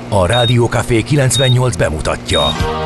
A Rádió Café 98 bemutatja.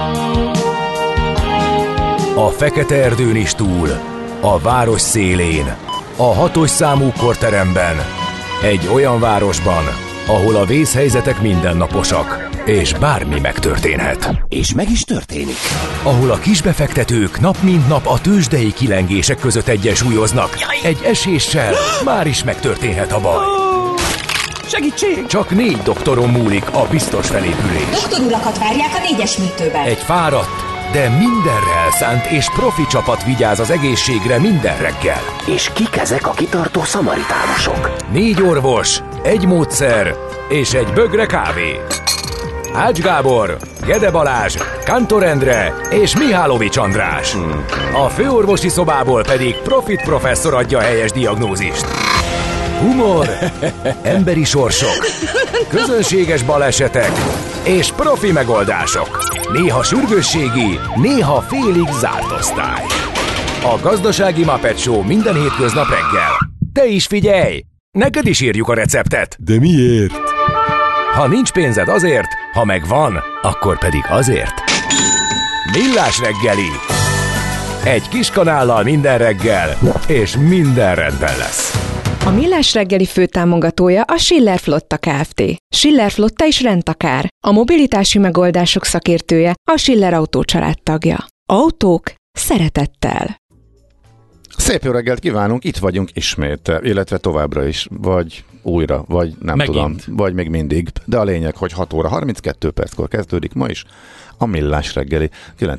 A fekete erdőn is túl, a város szélén, a 6. számú korteremben, egy olyan városban, ahol a vészhelyzetek mindennaposak, és bármi megtörténhet. És meg is történik. Ahol a kisbefektetők nap mint nap a tőzsdei kilengések között egyensúlyoznak. Egy eséssel már is megtörténhet a baj. Segítség! Csak 4 doktoron múlik a biztos felépülés. Doktor urakat várják a 4-es műtőben. Egy fáradt, de mindenre elszánt és profi csapat vigyáz az egészségre minden reggel. És kik ezek a kitartó szamaritánusok? 4 orvos, egy módszer és egy bögre kávé. Ács Gábor, Gede Balázs, Kántor Endre és Mihálovics András. A főorvosi szobából pedig Profit professzor adja a helyes diagnózist. Humor, emberi sorsok, közönséges balesetek és profi megoldások. Néha sürgősségi, néha félig zárt osztály. A Gazdasági Muppet Show minden hétköznap reggel. Te is figyelj! Neked is írjuk a receptet. De miért? Ha nincs pénzed azért, ha megvan, akkor pedig azért. Millás reggeli. Egy kis kanállal minden reggel, és minden rendben lesz. A Millás reggeli főtámogatója a Schiller Flotta Kft. Schiller Flotta is rendtakár. A mobilitási megoldások szakértője, a Schiller Autó család tagja. Autók szeretettel. Szép jó reggelt kívánunk, itt vagyunk ismét, illetve továbbra is, vagy újra, vagy nem Megint. tudom, vagy még mindig. De a lényeg, hogy 6 óra 32 perckor kezdődik ma is a Millás reggeli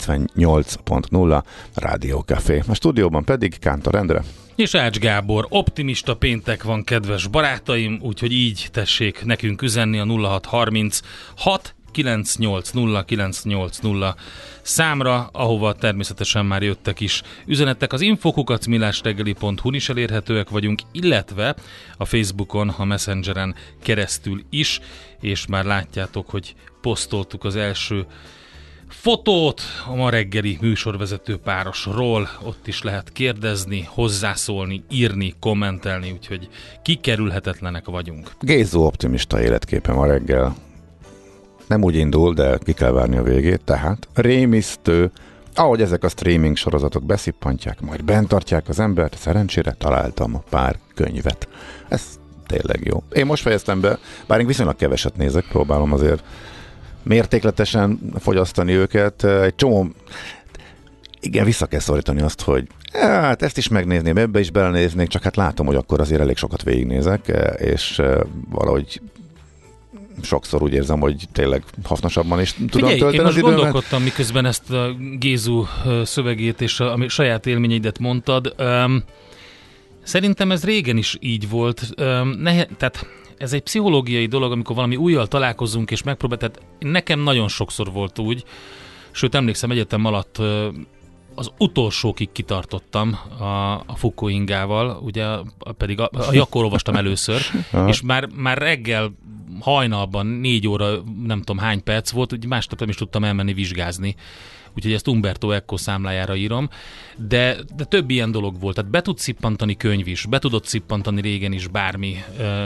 98.0 Rádió Café. A stúdióban pedig Kántor Endre. És Ács Gábor, optimista péntek van, kedves barátaim, úgyhogy így tessék nekünk üzenni a 0636 980 980 számra, ahova természetesen már jöttek is üzenetek. Az info@millásreggeli.hu-n is elérhetőek vagyunk, illetve a Facebookon, a Messengeren keresztül is, és már látjátok, hogy posztoltuk az első fotót a ma reggeli műsorvezető párosról, ott is lehet kérdezni, hozzászólni, írni, kommentelni, úgyhogy kikerülhetetlenek vagyunk. Gézó optimista életképe ma reggel. Nem úgy indul, de ki kell várni a végét, tehát rémisztő, ahogy ezek a streaming sorozatok beszippantják, majd bent tartják az embert, szerencsére találtam pár könyvet. Ez tényleg jó. Én most fejeztem be, bár én viszonylag keveset nézek, próbálom azért mértékletesen fogyasztani őket. Egy csomó, igen, vissza kell szorítani azt, hogy hát ezt is megnézném, ebbe is belenéznék, csak hát látom, hogy akkor azért elég sokat végignézek, és valahogy sokszor úgy érzem, hogy tényleg hasznosabban is tudom tölteni én az most időmet. gondolkodtam, miközben ezt a Gézu szövegét és a saját élményeidet mondtad. Szerintem ez régen is így volt. Tehát ez egy pszichológiai dolog, amikor valami újjal találkozunk és megpróbáljuk. Nekem nagyon sokszor volt úgy, sőt emlékszem, egyetem alatt az utolsókig kitartottam a Fukuhingával, ugye pedig a Jakor olvastam először, és már reggel hajnalban 4 óra, nem tudom hány perc volt, úgy másnap nem is tudtam elmenni vizsgázni. Úgyhogy ezt Umberto Eco számlájára írom. De több ilyen dolog volt. Tehát be tud szippantani könyv is, be tudott szippantani régen is bármi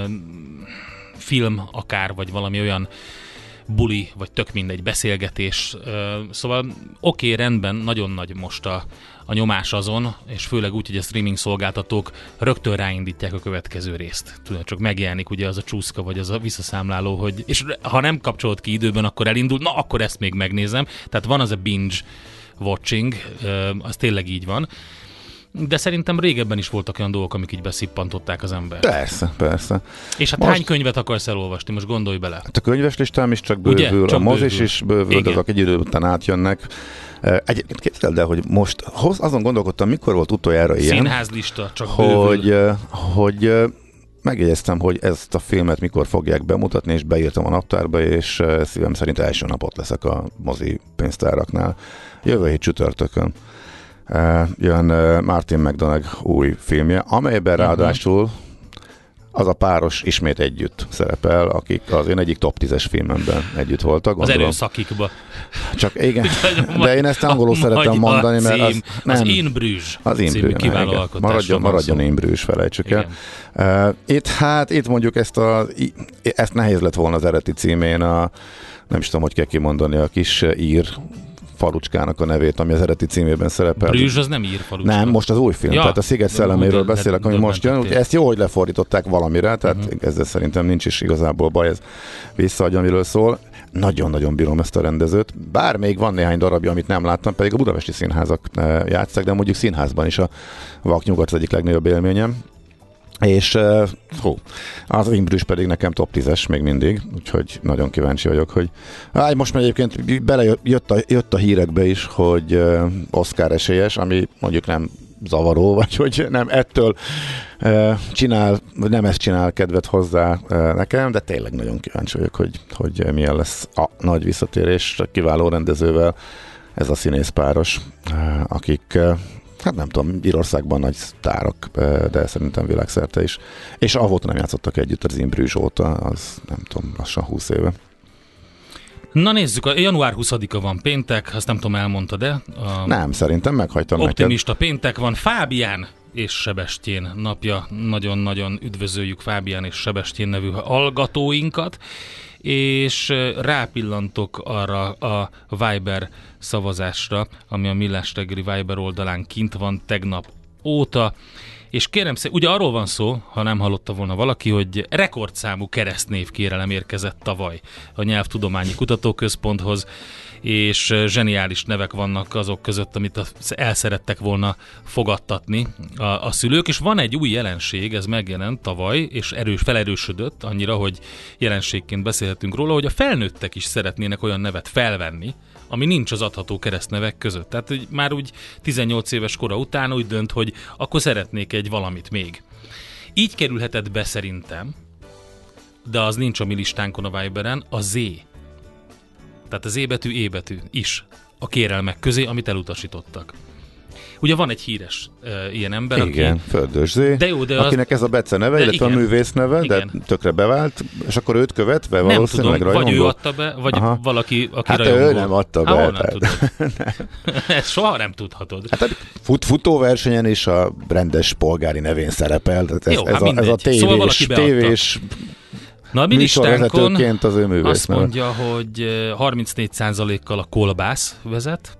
film akár, vagy valami olyan buli, vagy tök mindegy beszélgetés. Szóval oké, rendben, nagyon nagy most a nyomás azon, és főleg úgy, hogy a streaming szolgáltatók rögtön ráindítják a következő részt. Tudod, csak megjelenik ugye az a csúszka, vagy az a visszaszámláló, hogy, és ha nem kapcsolod ki időben, akkor elindul, na akkor ezt még megnézem. Tehát van az a binge watching, az tényleg így van. De szerintem régebben is voltak olyan dolgok, amik így beszippantották az embert. Persze. És hát hány könyvet akarsz elolvasni? Most gondolj bele. Hát a könyves listám is csak bővül, ugye? Csak a mozis bővül. is bővül, de azok egy idő után átjönnek. Egyébként képzeld el, hogy most azon gondolkodtam, mikor volt utoljára ilyen, színházlista, csak bővül. hogy megjegyeztem, hogy ezt a filmet mikor fogják bemutatni, és beírtam a naptárba, és szívem szerint első napot leszek a mozi pénztáraknál. Jövő hét csütörtökön jön Martin McDonagh új filmje, amelyben ráadásul az a páros ismét együtt szerepel, akik az én egyik top 10-es filmemben együtt voltak. Gondolom. Az erőszakikba. Csak igen, de én ezt angolul szeretem mondani, mert az nem. Az In Bruges című kiváló alkotásról maradjon In Bruges, felejtsük el. Itt mondjuk ezt nehéz lett volna az eredeti címén, nem is tudom, hogy kell kimondani, a kis ír falucskának a nevét, ami az eredeti címében szerepel. Bruges az nem ír falucska. Nem, most az új film, tehát a Sziget szelleméről beszélek, ami most jön. Ezt jó, hogy lefordították valamire, tehát ezzel szerintem nincs is igazából baj, ez visszaadja, amiről szól. Nagyon-nagyon bírom ezt a rendezőt, bár még van néhány darabja, amit nem láttam, pedig a budapesti színházak játszák, de mondjuk színházban is a Vaknyugat az egyik legnagyobb élményem. És az In Bruges pedig nekem top 10-es még mindig, úgyhogy nagyon kíváncsi vagyok, hogy most már egyébként jött a hírekbe is, hogy Oscar esélyes, ami mondjuk nem zavaró, vagy hogy nem ettől nem ezt csinál kedvet hozzá nekem, de tényleg nagyon kíváncsi vagyok, hogy milyen lesz a nagy visszatérés kiváló rendezővel ez a színészpáros, akik hát nem tudom, Írországban nagy sztárok, de szerintem világszerte is. És avóta nem játszottak együtt az In Bruges óta, az nem tudom, lassan 20 éve. Na nézzük, január 20-a van péntek, azt nem tudom, elmondta, de... Nem, szerintem meghagytam neked. Optimista péntek van, Fábián és Sebestyén napja. Nagyon-nagyon üdvözöljük Fábián és Sebestyén nevű hallgatóinkat, és rápillantok arra a Viber szavazásra, ami a Millás reggeli Viber oldalán kint van tegnap óta, és kérem szépen, ugye arról van szó, ha nem hallotta volna valaki, hogy rekordszámú keresztnévkérelem érkezett tavaly a Nyelvtudományi Kutatóközponthoz, és zseniális nevek vannak azok között, amit el szerettek volna fogadtatni a szülők, és van egy új jelenség, ez megjelent tavaly, és felerősödött annyira, hogy jelenségként beszélhetünk róla, hogy a felnőttek is szeretnének olyan nevet felvenni, ami nincs az adható keresztnevek között. Tehát hogy már úgy 18 éves kora után úgy dönt, hogy akkor szeretnék egy valamit még. Így kerülhetett be szerintem, de az nincs a mi listánkon a Viberen, a Z. Tehát az E betű is a kérelmek közé, amit elutasítottak. Ugye van egy híres ilyen ember, igen, Földös Z, de jó, de akinek ez a Bece neve, illetve igen, a művész neve, igen, de tökre bevált, és akkor őt követve nem valószínűleg tudom, rajongott. vagy ő adta be, vagy valaki, aki hát rajongó. ő nem adta be. Honnan tudod? Ezt soha nem tudhatod. Hát futóversenyen is a rendes polgári nevén szerepel, tehát ez a tévés na, a mi listánkon az ő művész azt mondja, hogy 34%-kal a kolbász vezet,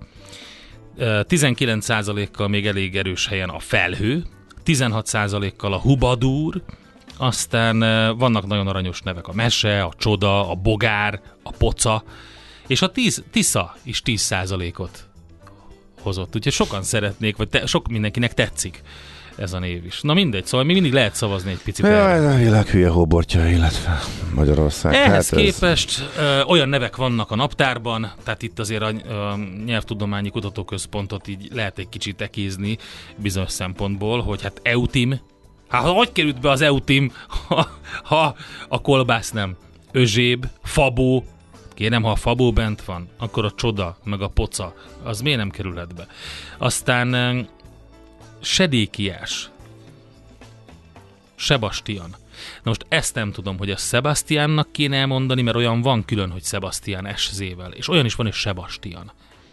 19%-kal még elég erős helyen a felhő, 16%-kal a hubadúr, aztán vannak nagyon aranyos nevek, a mese, a csoda, a bogár, a poca, és a tisza is 10%-ot hozott. Úgyhogy sokan szeretnék, vagy sok mindenkinek tetszik ez a név is. Na mindegy, szóval még mindig lehet szavazni egy picit. Ja, a világ hülye hóbortja, illetve Magyarország. Ehhez képest olyan nevek vannak a naptárban, tehát itt azért a Nyelvtudományi Kutatóközpontot így lehet egy kicsit ekézni bizonyos szempontból, hogy hát Eutim, hát hogy került be az Eutim, ha a kolbász nem? Özséb, Fabó, kérem, ha a Fabó bent van, akkor a csoda, meg a poca, az miért nem kerülhet be? Aztán Sedékiás, Sebastian. Na most ezt nem tudom, hogy a Sebastiannak kéne elmondani, mert olyan van külön, hogy Sebastian S-zével, és olyan is van, hogy Sebastian.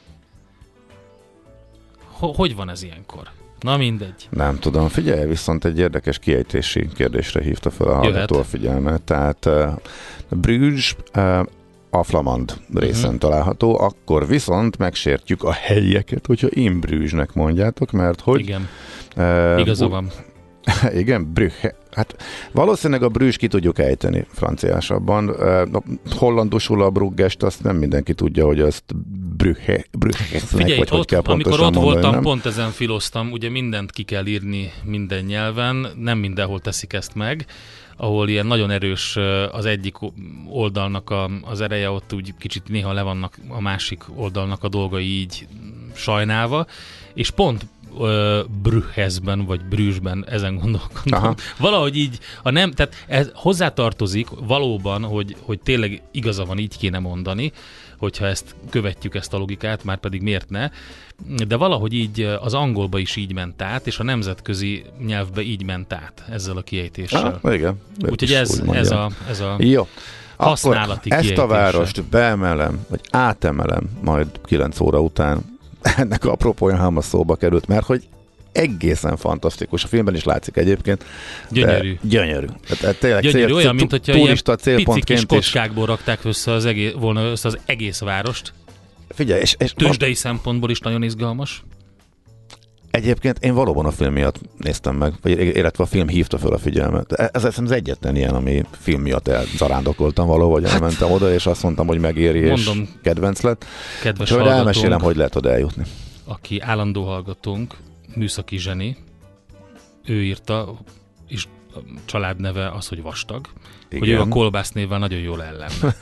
Hogy van ez ilyenkor? Na mindegy. Nem tudom, figyelj, viszont egy érdekes kiejtési kérdésre hívta fel a hallgató a figyelmet. Tehát Bruges a flamand részen található, akkor viszont megsértjük a helyieket, hogyha In Brugesnek mondjátok, mert hogy... Igen, igaza van. Igen, Brügge. Hát valószínűleg a Bruges ki tudjuk ejteni franciásabban. Hollandosul a Bruggest, azt nem mindenki tudja, hogy azt Brügge. Figyelj, vagy hogy kell amikor ott mondani, voltam, nem? Pont ezen filoztam, ugye mindent ki kell írni minden nyelven, nem mindenhol teszik ezt meg, ahol ilyen nagyon erős az egyik oldalnak az ereje, ott úgy kicsit néha le vannak a másik oldalnak a dolgai így sajnálva, és pont Brüsszben, vagy Brüsszben, ezen gondolkodom. Aha. Valahogy így, tehát ez hozzátartozik valóban, hogy tényleg igaza van, így kéne mondani, hogyha ezt követjük, ezt a logikát, már pedig miért ne, de valahogy így az angolba is így ment át, és a nemzetközi nyelvbe így ment át ezzel a kiejtéssel. Igen. Úgyhogy ez a jó. használati akkor ezt a várost kiejtése. beemelem, vagy átemelem majd 9 óra után. Ennek apropója Hamas szóba került, mert hogy egészen fantasztikus. A filmben is látszik egyébként. Gyönyörű. Gyönyörű. Tehát tényleg gyönyörű, olyan, mint hogyha ilyen pici kis is kockákból rakták volna össze az egész várost. Figyelj, és tőzsdei szempontból is nagyon izgalmas. Egyébként én valóban a film miatt néztem meg, illetve a film hívta fel a figyelmet. Ez az egyetlen ilyen, ami film miatt elzarándokoltam valahogy, elmentem oda, és azt mondtam, hogy megéri, mondom, és kedvenc lett. Kedves hogy elmesélem, hogy lehet oda eljutni. Aki állandó hallgatónk, műszaki zseni, ő írta, és a családneve az, hogy Vastag, igen. Hogy ő a kolbász névvel nagyon jól ellenne.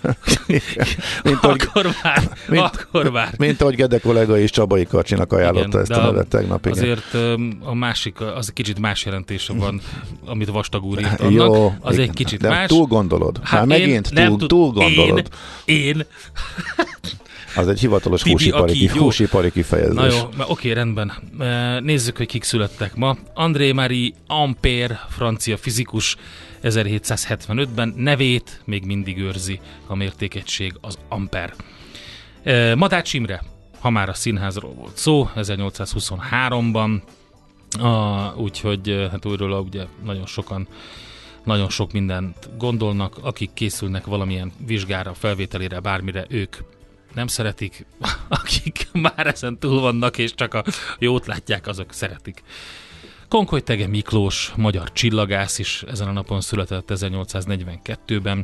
Akkor már. Mint ahogy Gede kollega is Csabai Karcsinak ajánlotta, igen, ezt a nevet tegnap. Azért a másik, az kicsit más jelentése van, amit Vastag úr írt annak. Jó, az igen, egy kicsit de más. Túl gondolod. Hát megint túl gondolod. Én. Az egy hivatalos húsipari kifejezés. Na jó, oké, rendben. Nézzük, hogy kik születtek ma. André-Marie Ampère, francia fizikus, 1775-ben, nevét még mindig őrzi a mértékegység, az ampere. Madács Imre, ha már a színházról volt szó, 1823-ban, úgyhogy hát újról ugye nagyon sok mindent gondolnak, akik készülnek valamilyen vizsgára, felvételére, bármire, ők nem szeretik, akik már ezen túl vannak, és csak a jót látják, azok szeretik. Konkoly-Thege Miklós, magyar csillagász is ezen a napon született 1842-ben,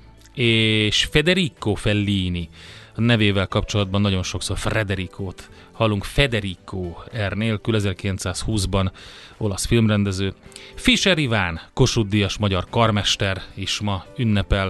és Federico Fellini, a nevével kapcsolatban nagyon sokszor Federicót hallunk, Federico R nélkül, 1920-ban olasz filmrendező. Fischer Iván, Kossuth-díjas magyar karmester is ma ünnepel,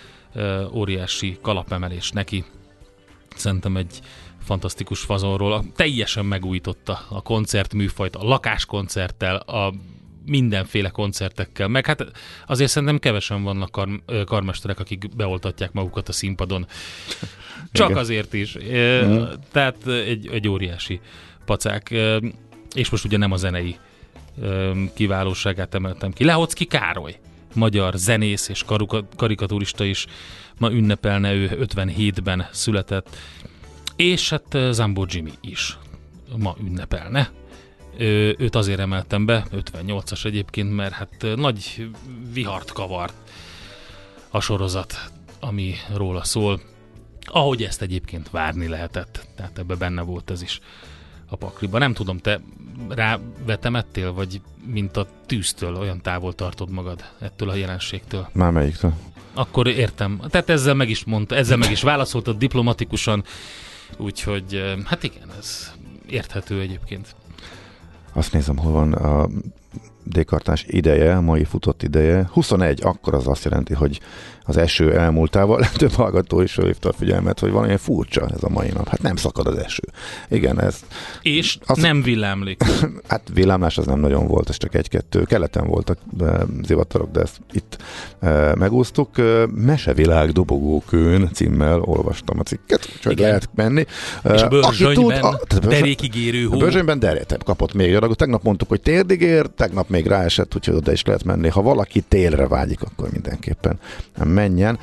óriási kalapemelés neki. Szerintem egy fantasztikus fazonról, teljesen megújította a koncertműfajt, a lakáskoncerttel, a mindenféle koncertekkel, meg hát azért szerintem kevesen vannak karmesterek, akik beoltatják magukat a színpadon. Csak igen. Azért is. Tehát egy óriási pacák. És most ugye nem a zenei kiválóságát emeltem ki. Lehocki Károly, magyar zenész és karikaturista is ma ünnepelne, ő 57-ben született, és hát Zambó Jimmy is ma ünnepelne. Őt azért emeltem be, 58-as egyébként, mert hát nagy vihart kavart a sorozat, ami róla szól, ahogy ezt egyébként várni lehetett, tehát ebbe benne volt ez is a pakliba. Nem tudom, te rávetemettél, vagy mint a tűztől olyan távol tartod magad ettől a jelenségtől? Már melyiktől? Akkor értem. Tehát ezzel meg is válaszoltad diplomatikusan, úgyhogy hát igen, ez érthető egyébként. Azt nézem, hol van a D-kartás ideje, a mai futott ideje. 21, akkor az azt jelenti, hogy az eső elmúltával több hallgató is felhívta a figyelmet, hogy valamilyen furcsa ez a mai nap. Hát nem szakad az eső. Igen, ez... És nem villámlik. Hát villámlás az nem nagyon volt, ez csak egy-kettő. Keleten voltak zivatarok, de ezt itt megúsztuk. Mesevilág dobogókőn címmel olvastam a cikket, úgyhogy lehet menni. És a Börzsönyben derékig érő hó. A Börzsönyben kapott még jaragot. Tegnap mondtuk, hogy térdig ér, tegnap még ráesett, úgyhogy oda is lehet menni. Ha valaki télre vágyik, akkor mindenképpen menjen.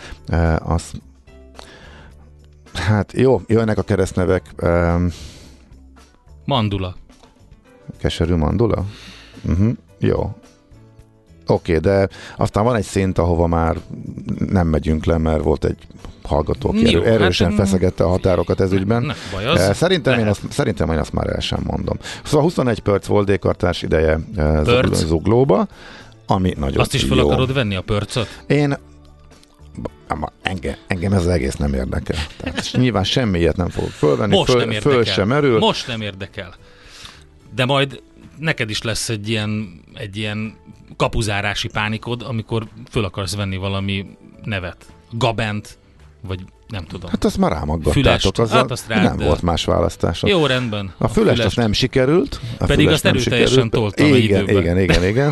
Hát jó, jönnek a keresztnevek. Mandula. Keserű mandula? Jó. Oké, de aztán van egy szint, ahova már nem megyünk le, mert volt egy hallgató, aki erősen feszegette a határokat ez ügyben. Nem baj az. Szerintem én azt már el sem mondom. Szóval 21 perc volt D-kartás ideje Zuglóba, ami nagyon azt is fel akarod venni a pörcöt? Engem ez az egész nem érdekel. Tehát nyilván semmi ilyet nem fogok fölvenni, föl sem erül. Most nem érdekel. De majd neked is lesz egy ilyen kapuzárási pánikod, amikor föl akarsz venni valami nevet. Gabent, Vagy nem tudom. Hát azt már rámaggattátok, azt nem volt más választás. Jó, rendben. A fülest azt nem sikerült. Pedig azt erőteljesen toltam egy időben. Igen.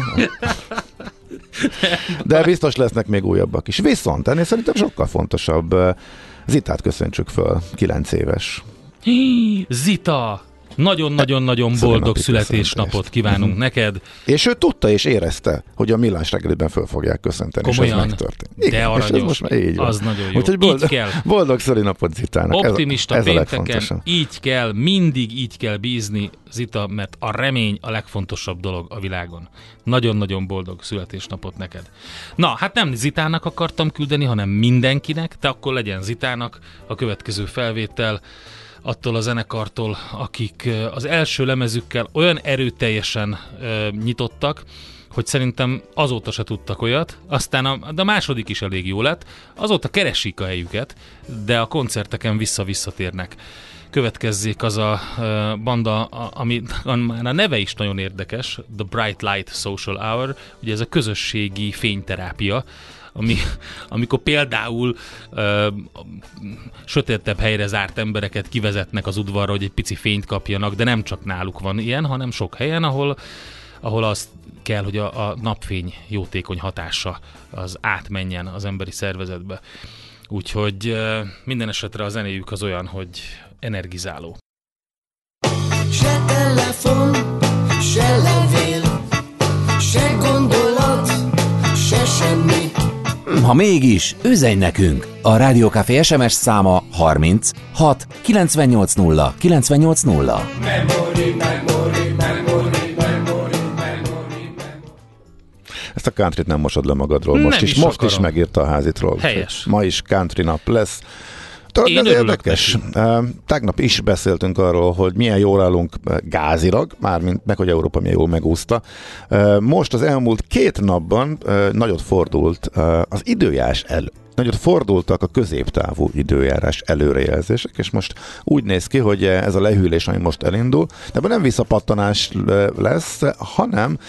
De biztos lesznek még újabbak is. Viszont ennél szerintem sokkal fontosabb. Zitát köszöntsük föl, 9 éves. Zita! Nagyon-nagyon-nagyon boldog születésnapot kívánunk neked. És ő tudta és érezte, hogy a Millás reggeliben föl fogják köszönteni, komolyan, és ez megtörtént. Igen, de aranyos, most már így van. az nagyon jó. Úgyhogy boldog szülinapot Zitának. Optimista ez pénteken, így kell, mindig így kell bízni, Zita, mert a remény a legfontosabb dolog a világon. Nagyon-nagyon boldog születésnapot neked. Na, hát nem Zitának akartam küldeni, hanem mindenkinek, de akkor legyen Zitának a következő felvétel attól a zenekartól, akik az első lemezükkel olyan erőteljesen nyitottak, hogy szerintem azóta se tudtak olyat, aztán a második is elég jó lett, azóta keresik a helyüket, de a koncerteken visszatérnek. Következzék az a banda, ami már a neve is nagyon érdekes, The Bright Light Social Hour, ugye ez a közösségi fényterápia, amikor például sötétebb helyre zárt embereket kivezetnek az udvarra, hogy egy pici fényt kapjanak, de nem csak náluk van ilyen, hanem sok helyen, ahol az kell, hogy a napfény jótékony hatása az átmenjen az emberi szervezetbe. Úgyhogy minden esetre a zenéjük az olyan, hogy energizáló. Se telefon, se levél, se gondolat, se semmi. Ha mégis, üzenj nekünk! A Rádió Café SMS száma 30 6 980 980. Ezt a countryt nem mosod le magadról. Most is megírta a házitról. Helyes. Ma is country nap lesz. Ez érdekes. Tegnap is beszéltünk arról, hogy milyen jól állunk gázilag, mármint meg, hogy Európa milyen jól megúszta. Most az elmúlt 2 napban nagyot fordult az időjárás nagyot fordultak a középtávú időjárás előrejelzések, és most úgy néz ki, hogy ez a lehűlés, ami most elindul, de ebben nem visszapattanás lesz, hanem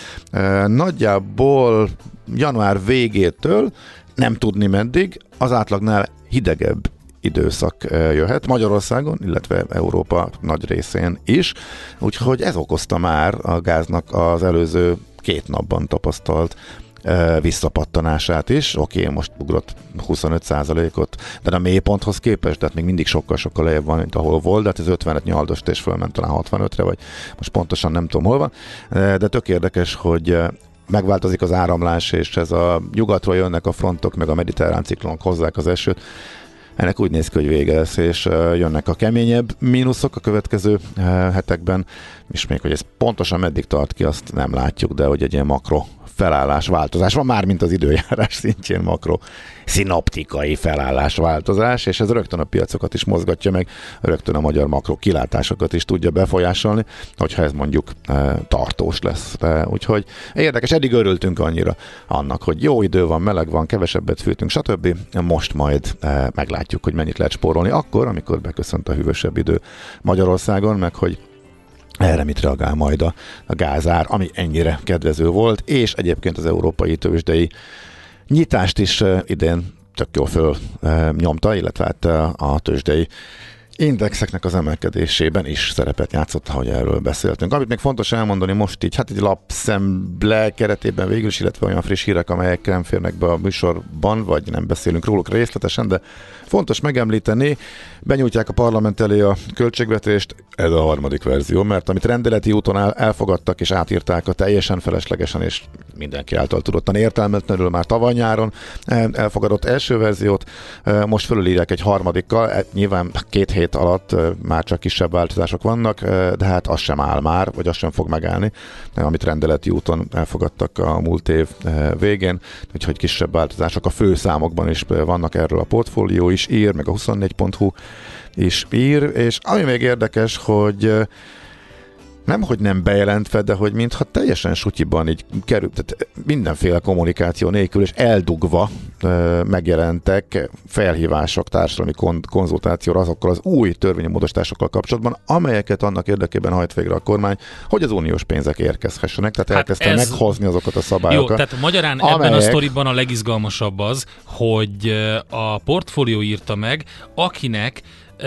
nagyjából január végétől, nem tudni meddig, az átlagnál hidegebb időszak jöhet Magyarországon, illetve Európa nagy részén is, úgyhogy ez okozta már a gáznak az előző 2 napban tapasztalt visszapattanását is. Oké, most ugrott 25%-ot, de a mélyponthoz képest, tehát még mindig sokkal lejjebb van, mint ahol volt, de hát ez 50-et nyaldost és fölment talán 65-re, vagy most pontosan nem tudom hol van, de tök érdekes, hogy megváltozik az áramlás, és ez a nyugatról jönnek a frontok, meg a mediterrán ciklonok hozzák az esőt. Ennek úgy néz ki, hogy vége lesz, és jönnek a keményebb mínuszok a következő hetekben, és még hogy ez pontosan meddig tart ki, azt nem látjuk, de hogy egy ilyen makro felállás, változás van, már mint az időjárás szintjén makro szinoptikai felállás, változás, és ez rögtön a piacokat is mozgatja meg, rögtön a magyar makro kilátásokat is tudja befolyásolni, hogyha ez mondjuk tartós lesz. Úgyhogy érdekes, eddig örültünk annyira annak, hogy jó idő van, meleg van, kevesebbet fűtünk, stb. Most majd meglátjuk, hogy mennyit lehet spórolni akkor, amikor beköszönt a hűvösebb idő Magyarországon, meg hogy erre mit reagál majd a gázár, ami ennyire kedvező volt, és egyébként az európai tőzsdei nyitást is idén tök jól föl nyomta, illetve hát a tőzsdei indexeknek az emelkedésében is szerepet játszott, ahogy erről beszéltünk. Amit még fontos elmondani most így, hát egy lapszemle keretében végül is, illetve olyan friss hírek, amelyek nem férnek be a műsorban, vagy nem beszélünk róluk részletesen, de fontos megemlíteni, benyújtják a parlament elé a költségvetést, ez a 3. verzió, mert amit rendeleti úton elfogadtak és átírták a teljesen feleslegesen és mindenki által tudottan értelmetlenül már tavaly nyáron elfogadott első verziót, most fölülírják egy 3-dikkal, nyilván 2 hét alatt már csak kisebb változások vannak, de hát az sem áll már, vagy az sem fog megállni, amit rendeleti úton elfogadtak a múlt év végén, úgyhogy kisebb változások a főszámokban is vannak, erről a portfólió is ír, meg a 24.hu is ír, és ami még érdekes, hogy nemhogy nem bejelentve, de hogy mintha teljesen sutyiban így kerül, tehát mindenféle kommunikáció nélkül, és eldugva megjelentek felhívások társadalmi konzultációra azokkal az új törvényi módosításokkal kapcsolatban, amelyeket annak érdekében hajt végre a kormány, hogy az uniós pénzek érkezhessenek, tehát elkezdte meghozni azokat a szabályokat. Jó, tehát magyarán ebben a sztoriban a legizgalmasabb az, hogy a portfólió írta meg, akinek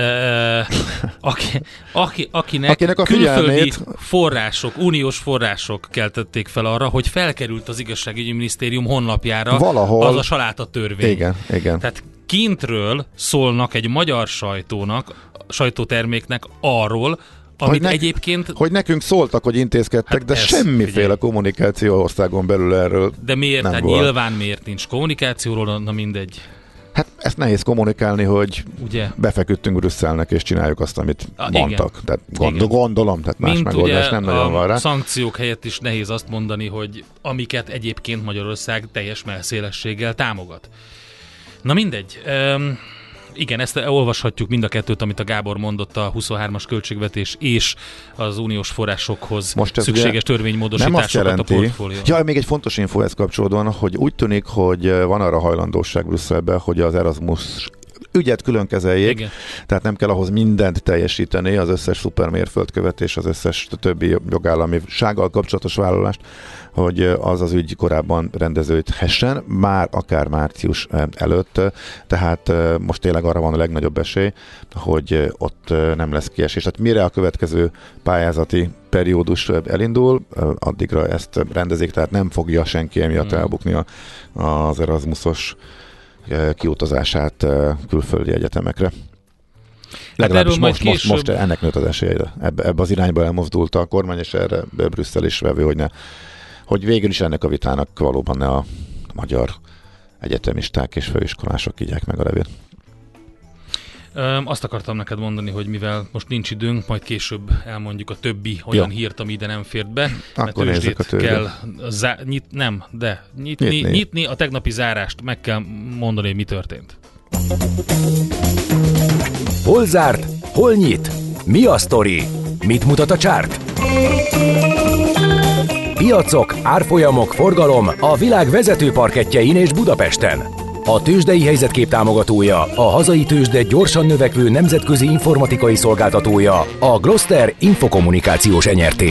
akinek a külföldi források, uniós források keltették fel arra, hogy felkerült az igazságügyi minisztérium honlapjára valahol az a saláta törvény. Igen. Tehát kintről szólnak egy magyar sajtóterméknek arról, amit egyébként... Hogy nekünk szóltak, hogy intézkedtek, de semmiféle kommunikáció országon belül erről de miért? Nem hát volt. Nyilván miért nincs kommunikációról, na mindegy. Hát ezt nehéz kommunikálni, hogy ugye? Befeküdtünk Brüsszelnek, és csináljuk azt, amit mondtak. Igen. Tehát gondolom, tehát más megoldás nem nagyon van rá. A szankciók helyett is nehéz azt mondani, hogy amiket egyébként Magyarország teljes melszélességgel támogat. Na mindegy. Igen, ezt olvashatjuk mind a kettőt, amit a Gábor mondott, a 23-as költségvetés és az uniós forrásokhoz szükséges törvénymódosításokat a portfólió. Ja, még egy fontos info ezt kapcsolódóan, hogy úgy tűnik, hogy van arra hajlandóság Brüsszelben, hogy az Erasmus ügyet külön kezeljék, igen. Tehát nem kell ahhoz mindent teljesíteni, az összes szupermérföldkövet és az összes többi jogállamisággal kapcsolatos vállalást, hogy az ügy korábban rendeződhessen, már akár március előtt, tehát most tényleg arra van a legnagyobb esély, hogy ott nem lesz kiesés. Tehát mire a következő pályázati periódus elindul, addigra ezt rendezik, tehát nem fogja senki emiatt elbukni az Erasmusos kiutazását külföldi egyetemekre. Legalábbis most ennek nőtt az esélye. Ebbe az irányba elmozdult a kormány, és erre Brüsszel is vevő, hogy végül is ennek a vitának valóban ne a magyar egyetemisták és főiskolások ígyják meg a levét. Azt akartam neked mondani, hogy mivel most nincs időnk, majd később elmondjuk a többi olyan hírt, ami ide nem fért be. Akkor nézzük a többit. Kell nyitni a tegnapi zárást, meg kell mondani, hogy mi történt. Hol zárt? Hol nyit? Mi a sztori? Mit mutat a csárt? Piacok, árfolyamok, forgalom a világ vezető parkettjein és Budapesten. A tőzsdei helyzetkép támogatója, a hazai tőzsde gyorsan növekvő nemzetközi informatikai szolgáltatója, a Gloster Infokommunikációs Nrt.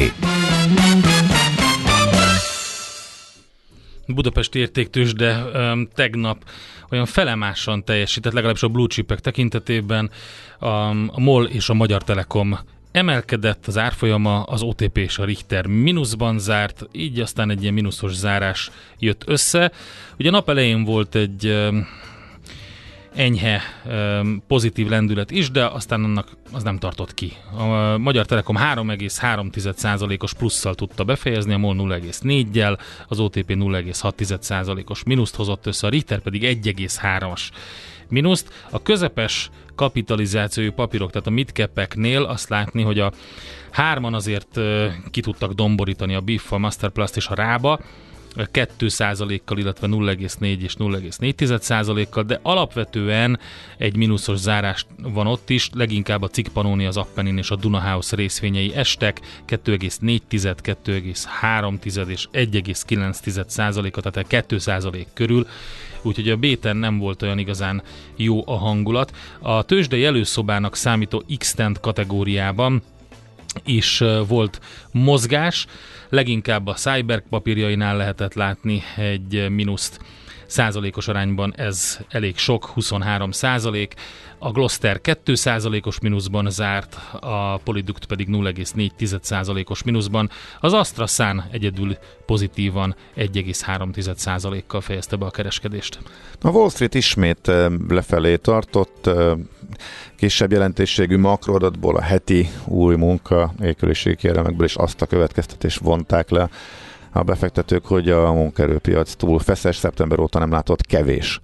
Budapesti értéktőzsde tegnap olyan felemásan teljesített, legalábbis a blue chipek tekintetében. A MOL és a Magyar Telekom emelkedett, az árfolyama, az OTP és a Richter mínuszban zárt, így aztán egy ilyen mínuszos zárás jött össze. Ugye nap elején volt egy enyhe pozitív lendület is, de aztán annak az nem tartott ki. A Magyar Telekom 3,3%-os plusszal tudta befejezni, a MOL 0,4-jel, az OTP 0,6%-os mínuszt hozott össze, a Richter pedig 1,3-as mínuszt. A közepes kapitalizációi papírok, tehát a midcap-eknél azt látni, hogy a hárman azért ki tudtak domborítani, a BIF, a Masterplast és a Rába, 2%-kal, illetve 0,4 és 0,4%-kal, de alapvetően egy mínuszos zárás van ott is, leginkább a Cikk Pannónia, az Appenin és a Duna House részvényei estek, 2,4, 2,3 és 1,9%-a, tehát 2% körül, úgyhogy a B-ten nem volt olyan igazán jó a hangulat. A tőzsdei előszobának számító X-Tent kategóriában is volt mozgás, leginkább a Cyber papírjainál lehetett látni egy mínuszt százalékos arányban, ez elég sok, 23%. A Gloster 2%-os mínuszban zárt, a Polyduct pedig 0,4%-os mínuszban. Az AstraZán egyedül pozitívan 1,3%-kal fejezte be a kereskedést. A Wall Street ismét lefelé tartott, kisebb jelentőségű makroadatból, a heti új munkanélküliségi kérelmekből is azt a következtetést vonták le a befektetők, hogy a munkaerőpiac túl feszes, szeptember óta nem látott kevés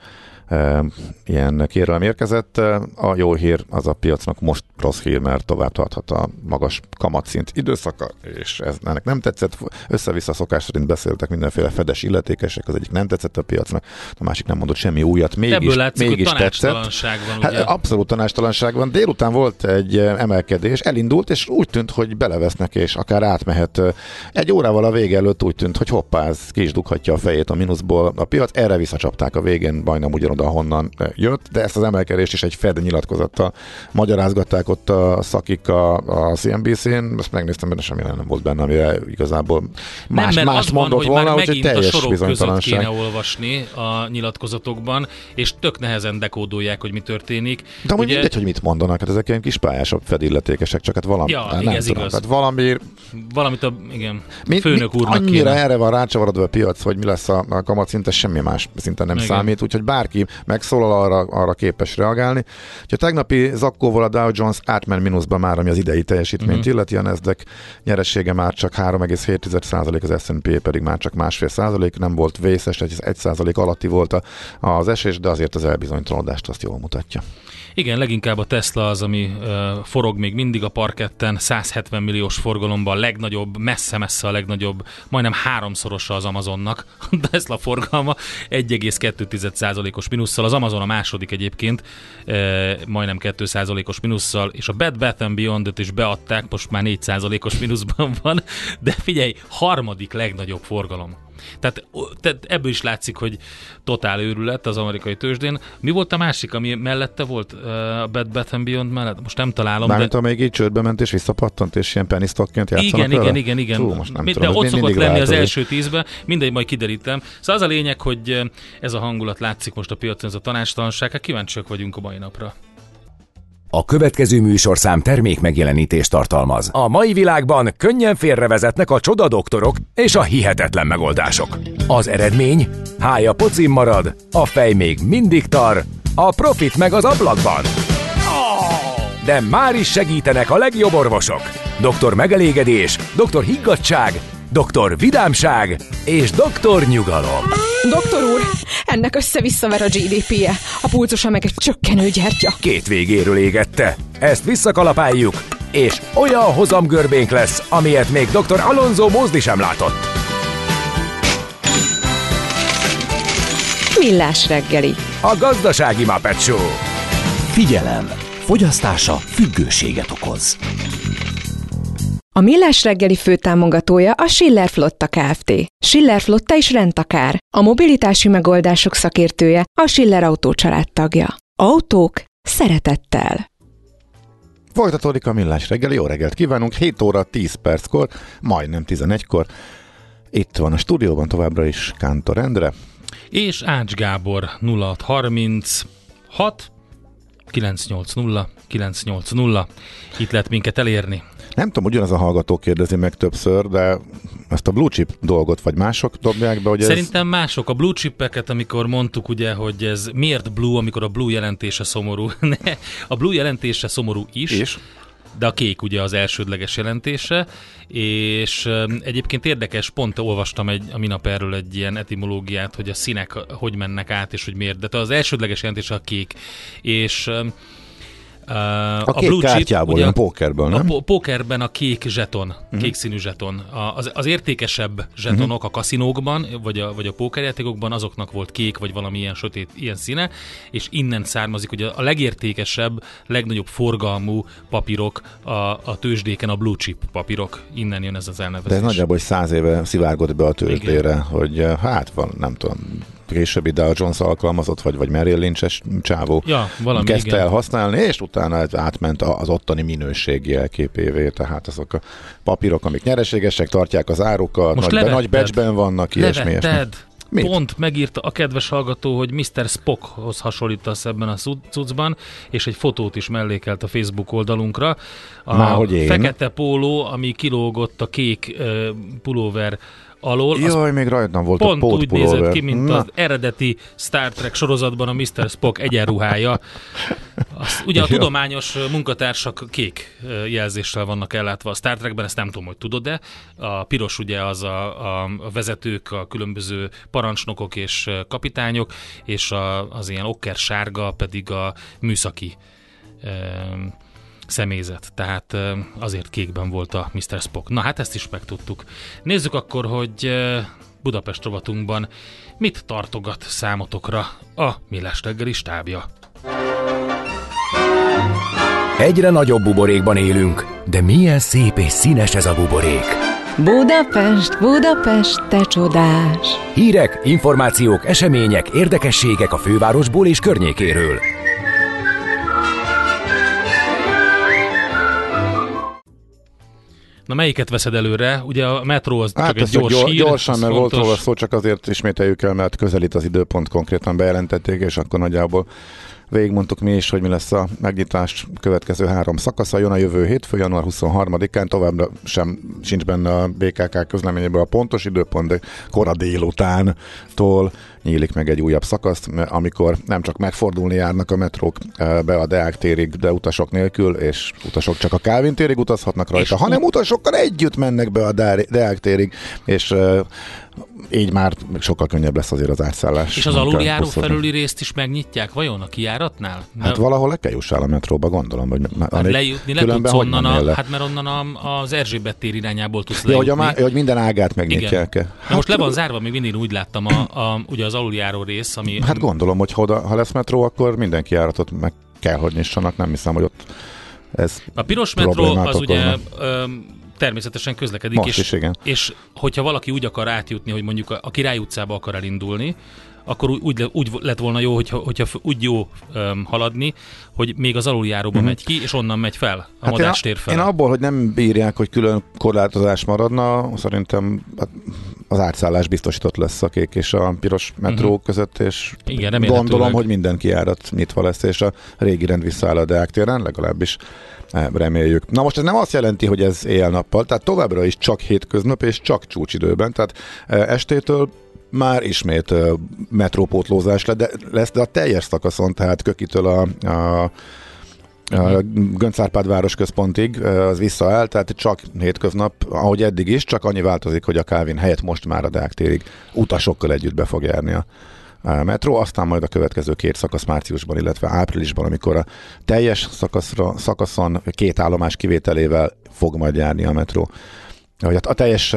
ilyen kérelem érkezett. A jó hír az a piacnak most rossz hír, mert tovább tarthat a magas kamatszint időszaka, és ez ennek nem tetszett. Össze-vissza szokás szerint beszéltek mindenféle fedes illetékesek, az egyik nem tetszett a piacnak, a másik nem mondott semmi újat, mégis tetszett. Hát, abszolút tanácstalanság van. Délután volt egy emelkedés, elindult, és úgy tűnt, hogy belevesznek, és akár átmehet. Egy órával a vége előtt úgy tűnt, hogy hoppáz, ki is dughatja a fejét a mínuszból a piac. Erre visszacsapták a végén, majdnem ugyanoda, honnan jött, de ezt az emelkedést is egy Fed nyilatkozattal magyarázgatták ott a szakik a CNBC-n. Ezt megnéztem, benne semmi nem volt benne, amire igazából más mondott volna, úgyhogy teljes bizonytalanság. Kéne olvasni a nyilatkozatokban, és tök nehezen dekódolják, hogy mi történik. De amúgy mindegy, hogy mit mondanak, hát ezek ilyen kis pályásabb Fed illetékesek, csak hát valami, nem tudom, hát valamit főnök úrnak annyira kéne. Erre van rácsavarodva a piac, hogy mi lesz a kamatszint, semmi más szinten nem számít, úgyhogy bárki megszólal, arra képes reagálni. Úgyhogy a tegnapi zakkóval a Dow Jones átment mínuszba már, ami az idei teljesítményt illeti, a Nasdaq nyeressége már csak 3,7%, az S&P pedig már csak 1,5%, nem volt vészes, egy 1% alatti volt az esés, de azért az elbizonytalanodást azt jól mutatja. Igen, leginkább a Tesla az, ami forog még mindig a parketten, 170 milliós forgalomban, legnagyobb, messze-messze a legnagyobb, majdnem háromszorosa az Amazonnak. A Tesla forgalma 1,2%-os mínusszal, az Amazon a második egyébként, majdnem 2%-os mínusszal, és a Bed Bath & Beyond-ot is beadták, most már 4%-os mínuszban van, de figyelj, harmadik legnagyobb forgalom. Tehát ebből is látszik, hogy totál őrület az amerikai tőzsdén. Mi volt a másik, ami mellette volt a Bed Bath & Beyond mellett? Most nem találom. Mármint amelyik így csődbe ment és visszapattant, és ilyen penny stockként játszanak vele? Igen. Hú, most nem de tudom, ott szokott lenni változik. az első 10-ben, mindegy, majd kiderítem. Szóval az a lényeg, hogy ez a hangulat látszik most a piacon, ez a tanácstalanság, hát kíváncsiak vagyunk a mai napra. A következő műsorszám termék megjelenítést tartalmaz. A mai világban könnyen félrevezetnek a csodadoktorok és a hihetetlen megoldások. Az eredmény? Hája pocim marad, a fej még mindig tar, a profit meg az ablakban. De már is segítenek a legjobb orvosok. Doktor megelégedés, doktor higgadtság, doktor vidámság és doktor nyugalom. Doktor úr, ennek össze-visszaver a GDP-je, a pulzusa meg egy csökkenő gyertya. Két végéről égette. Ezt visszakalapáljuk, és olyan hozamgörbénk lesz, amilyet még dr. Alonso Mózdi sem látott. Millás reggeli. A gazdasági Muppet Show. Figyelem! Fogyasztása függőséget okoz. A Millás reggeli főtámogatója a Schiller Flotta Kft. Schiller Flotta és rendtakár. A mobilitási megoldások szakértője, a Schiller Autó családtagja. Autók szeretettel. Folytatódik a Millás reggeli, jó reggelt kívánunk, 7 óra 10 perckor, majdnem 11-kor. Itt van a stúdióban továbbra is Kántor Endre. És Ács Gábor 0636 980 980. Itt lehet minket elérni. Nem tudom, ugyanaz a hallgató kérdezi meg többször, de ezt a blue chip dolgot, vagy mások dobják be, hogy Szerintem mások. A blue chipeket, amikor mondtuk ugye, hogy ez miért blue, amikor a blue jelentése szomorú. A blue jelentése szomorú is. De a kék ugye az elsődleges jelentése, és egyébként érdekes, pont olvastam a minap erről egy ilyen etimológiát, hogy a színek hogy mennek át, és hogy miért. De az elsődleges jelentése a kék, és a kék blue kártyából, chip, olyan pókerből, nem? A pókerben a kék zseton, kék színű zseton. Az értékesebb zsetonok a kaszinókban, vagy a pókerjátékokban, azoknak volt kék, vagy valami ilyen sötét, ilyen színe, és innen származik, hogy a legértékesebb, legnagyobb forgalmú papírok a tőzsdéken, a blue chip papírok. Innen jön ez az elnevezés. De ez nagyjából 100 éve szivárgott be a tőzsdére, hogy hát van, nem tudom, későbbi Dow Jones alkalmazott, vagy Merrill Lynch-es csávó kezdte el használni, és utána átment az ottani minőségi jelképévé, tehát azok a papírok, amik nyereségesek, tartják az árukat, nagy becsben vannak, ilyesmi. Pont megírta a kedves hallgató, hogy Mr. Spockhoz hasonlítasz ebben a cuccban, és egy fotót is mellékelt a Facebook oldalunkra. A fekete póló, ami kilógott a kék pulóver alól. Jaj, még rajtam volt pont a úgy pótpulóver. nézett ki, mint az eredeti Star Trek sorozatban a Mr. Spock egyenruhája. Ugye a tudományos munkatársak kék jelzéssel vannak ellátva a Star Trekben, ezt nem tudom, hogy tudod-e. A piros ugye az a vezetők, a különböző parancsnokok és kapitányok, és az ilyen okker-sárga pedig a műszaki személyzet, tehát azért kékben volt a Mr. Spock. Na hát ezt is megtudtuk. Nézzük akkor, hogy Budapest rovatunkban mit tartogat számotokra a Millás reggeli stábja. Egyre nagyobb buborékban élünk, de milyen szép és színes ez a buborék. Budapest, Budapest, te csodás! Hírek, információk, események, érdekességek a fővárosból és környékéről. Na melyiket veszed előre? Ugye a metró az csak Hát egy gyors hír. Gyorsan, mert fontos. volt róla szó, csak azért ismételjük el, mert közelít az időpont, konkrétan bejelentették, és akkor nagyjából végigmondtuk mi is, hogy mi lesz a megnyitás következő 3 szakasza. Jön a jövő hétfő, január 23-án, továbbra sem sincs benne a BKK közleményében a pontos időpont, de kora délutántól nyílik meg egy újabb szakasz, amikor nem csak megfordulni járnak a metrók be a Deák térig, de utasok nélkül, és utasok csak a Kálvin térig utazhatnak rajta, hanem utasokkal együtt mennek be a Deák térig, és így már sokkal könnyebb lesz azért az átszállás. És az aluljáró felüli részt is megnyitják vajon a kijáratnál? Hát valahol le kell jussál a metróba, gondolom. Hogy hát lejutni le tudsz onnan, hát mert onnan az Erzsébet tér irányából tudsz lejutni. Hogy minden ágát megnyitják-e? Hát most le van zárva, még mindig úgy láttam ugye az aluljáró rész, ami... Hát gondolom, hogy ha lesz metró, akkor minden kijáratot meg kell, hogy nyissanak. Nem hiszem, hogy ott ez a piros metró az ugye természetesen közlekedik, és hogyha valaki úgy akar átjutni, hogy mondjuk a Király utcába akar elindulni, akkor úgy lett volna jó, hogyha úgy jó haladni, hogy még az aluljáróba megy ki, és onnan megy fel a Madách tér fel. Én abból, hogy nem bírják, hogy külön korlátozás maradna, szerintem az átszállás biztosított lesz a kék és a piros metró között, és igen, gondolom, hogy minden kijárat nyitva lesz, és a régi rend visszaáll a Deák téren, legalábbis reméljük. Na most ez nem azt jelenti, hogy ez éjjel-nappal, tehát továbbra is csak hétköznap és csak csúcsidőben, tehát estétől már ismét metrópótlózás lesz, de a teljes szakaszon, tehát Kökitől a Göncz Árpád városközpontig az visszaáll, tehát csak hétköznap, ahogy eddig is, csak annyi változik, hogy a Kálvin helyett most már a Deák térig utasokkal együtt be fog járni a metró, aztán majd a következő 2 szakasz márciusban, illetve áprilisban, amikor a teljes szakaszon 2 állomás kivételével fog majd járni a metró. A teljes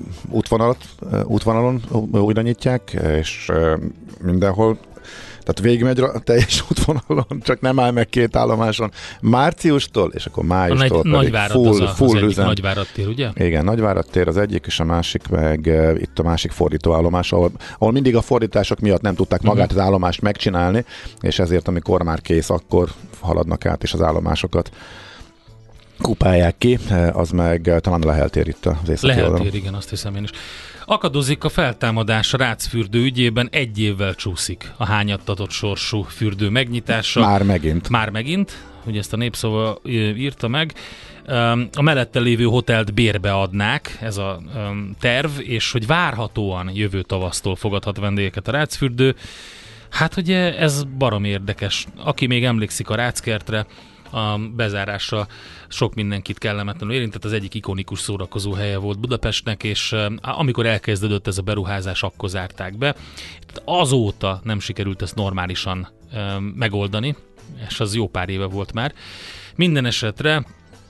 útvonalon újra nyitják, és mindenhol, tehát végigmegy a teljes útvonalon, csak nem áll meg 2 állomáson. Márciustól, és akkor májustól pedig full üzem. Nagyvárad tér, ugye? Igen, Nagyvárad tér az egyik, és a másik meg itt a másik fordítóállomás, ahol mindig a fordítások miatt nem tudták magát az állomást megcsinálni, és ezért, amikor már kész, akkor haladnak át, és az állomásokat kupálják ki, az meg talán a Lehel tér itt az északi oldalon. Lehel tér, igen, azt hiszem én is. Akadozik a feltámadás a Rácfürdő ügyében, 1 évvel csúszik a hányattatott sorsú fürdő megnyitása. Már megint, ugye ezt a Népszava írta meg. A mellette lévő hotelt bérbe adnák, ez a terv, és hogy várhatóan jövő tavasztól fogadhat vendégeket a Rácfürdő. Hát ugye ez barom érdekes. Aki még emlékszik a Ráckertre, a bezárásra sok mindenkit kellemetlenül érintett, az egyik ikonikus szórakozó helye volt Budapestnek, és amikor elkezdődött ez a beruházás, akkor zárták be. Azóta nem sikerült ezt normálisan megoldani, és az jó pár éve volt már. Minden esetre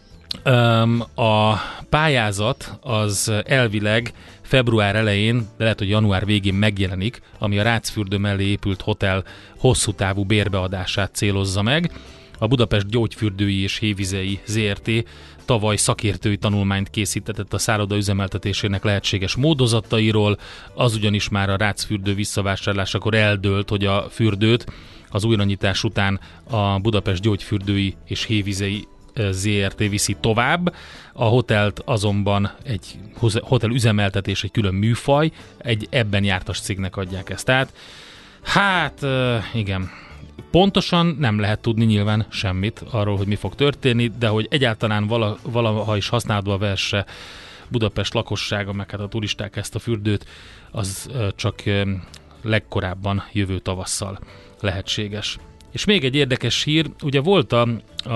a pályázat az elvileg február elején, de lehet, hogy január végén megjelenik, ami a Rácfürdő mellé épült hotel hosszú távú bérbeadását célozza meg. A Budapest Gyógyfürdői és Hévizei ZRT tavaly szakértői tanulmányt készítetett a szálloda üzemeltetésének lehetséges módozatairól, az ugyanis már a Rácfürdő visszavásárlásakor eldőlt, hogy a fürdőt az újranyitás után a Budapest Gyógyfürdői és Hévizei ZRT viszi tovább. A hotelt azonban egy hotel üzemeltetés, egy külön műfaj, egy ebben jártas cégnek adják ezt át. Hát igen, pontosan nem lehet tudni nyilván semmit arról, hogy mi fog történni, de hogy egyáltalán valaha is használatba vesse Budapest lakossága, meg hát a turisták ezt a fürdőt, az csak legkorábban jövő tavasszal lehetséges. És még egy érdekes hír, ugye volt a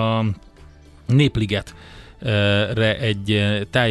Népligetre egy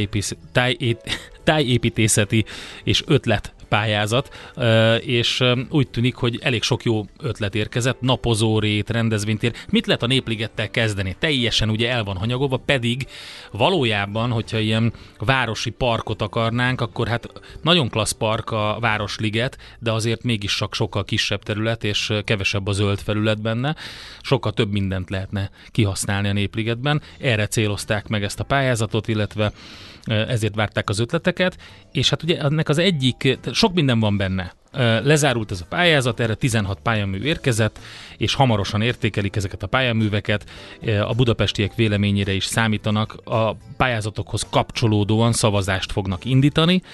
tájépítészeti és ötletpályázat, és úgy tűnik, hogy elég sok jó ötlet érkezett, napozórét, rendezvénytér. Mit lehet a Népligettel kezdeni? Teljesen ugye el van hanyagolva, pedig valójában, hogyha ilyen városi parkot akarnánk, akkor hát nagyon klassz park a Városliget, de azért mégis csak sokkal kisebb terület, és kevesebb a zöld felület benne. Sokkal több mindent lehetne kihasználni a Népligetben. Erre célozták meg ezt a pályázatot, illetve ezért várták az ötleteket, és hát ugye ennek az egyik, sok minden van benne. Lezárult ez a pályázat, erre 16 pályamű érkezett, és hamarosan értékelik ezeket a pályaműveket. A budapestiek véleményére is számítanak, a pályázatokhoz kapcsolódóan szavazást fognak indítani,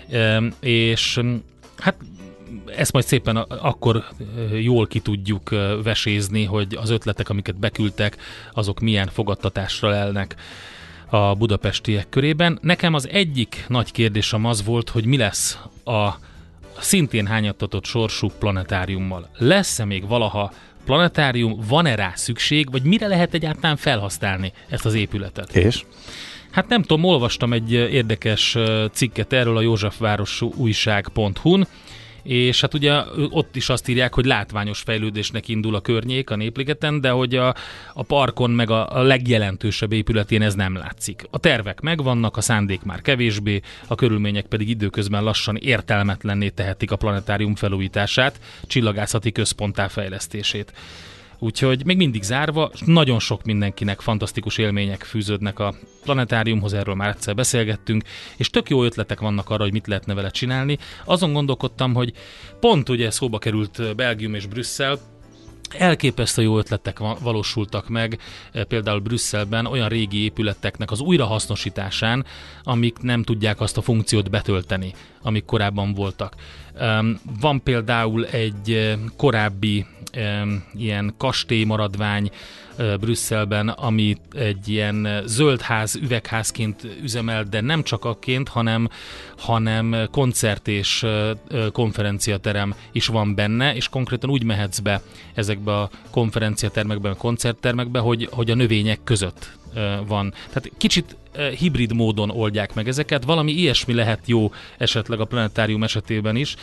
és hát ezt majd szépen akkor jól ki tudjuk vesézni, hogy az ötletek, amiket beküldtek, azok milyen fogadtatásra lelnek a budapestiek körében. Nekem az egyik nagy kérdésem az volt, hogy mi lesz a szintén hányattatott sorsú planetáriummal. Lesz-e még valaha planetárium, van-e rá szükség, vagy mire lehet egyáltalán felhasználni ezt az épületet? És? Hát nem tudom, olvastam egy érdekes cikket erről a józsefvárosújság.hu-n, és hát ugye ott is azt írják, hogy látványos fejlődésnek indul a környék a Népligeten, de hogy a parkon meg a legjelentősebb épületén ez nem látszik. A tervek megvannak, a szándék már kevésbé, a körülmények pedig időközben lassan értelmetlenné tehetik a planetárium felújítását, csillagászati központtá fejlesztését. Úgyhogy még mindig zárva, nagyon sok mindenkinek fantasztikus élmények fűződnek a planetáriumhoz, erről már egyszer beszélgettünk, és tök jó ötletek vannak arra, hogy mit lehetne vele csinálni. Azon gondolkodtam, hogy pont ugye szóba került Belgium és Brüsszel, elképesztő jó ötletek valósultak meg, például Brüsszelben olyan régi épületeknek az újrahasznosításán, amik nem tudják azt a funkciót betölteni, amik korábban voltak. Van például egy korábbi ilyen kastélymaradvány Brüsszelben, ami egy ilyen zöldház, üvegházként üzemel, de nem csak akként, hanem koncert és konferenciaterem is van benne, és konkrétan úgy mehetsz be ezekbe a konferenciatermekbe, a koncerttermekbe, hogy a növények között van. Tehát kicsit hibrid módon oldják meg ezeket, valami ilyesmi lehet jó esetleg a planetárium esetében is.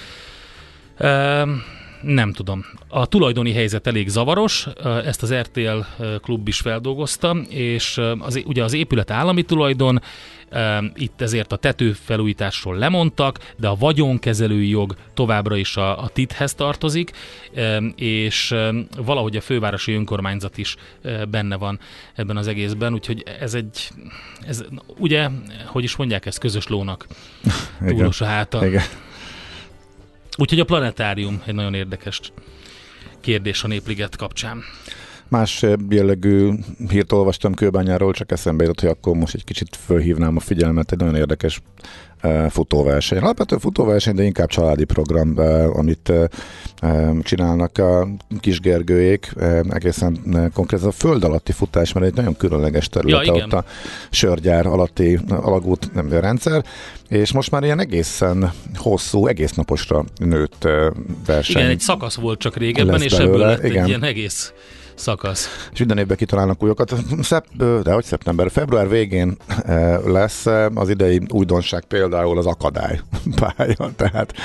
Nem tudom. A tulajdoni helyzet elég zavaros, ezt az RTL klub is feldolgozta, és ugye az épület állami tulajdon, itt ezért a tetőfelújításról lemondtak, de a vagyonkezelői jog továbbra is a TIT-hez tartozik, és valahogy a fővárosi önkormányzat is benne van ebben az egészben, úgyhogy ez ugye, hogy is mondják, ez közös lónak túlos a háta. Igen. Úgyhogy a planetárium egy nagyon érdekes kérdés a Népliget kapcsán. Más jellegű hírt olvastam Kőbányáról, csak eszembe jutott, hogy akkor most egy kicsit fölhívnám a figyelmet, egy nagyon érdekes futóverseny. Alapvetően futóverseny, de inkább családi program, amit csinálnak a Kisgergőjék, egészen konkrétan a föld alatti futás, mert egy nagyon különleges terület, ott a Sörgyár alatti alagút rendszer, és most már ilyen egészen hosszú, egész naposra nőtt verseny. Igen, egy szakasz volt csak régebben, és ebből lett egy ilyen egész szakasz. És minden évben kitalálnak újakat. Február végén lesz az idei újdonság például az akadálybálya, tehát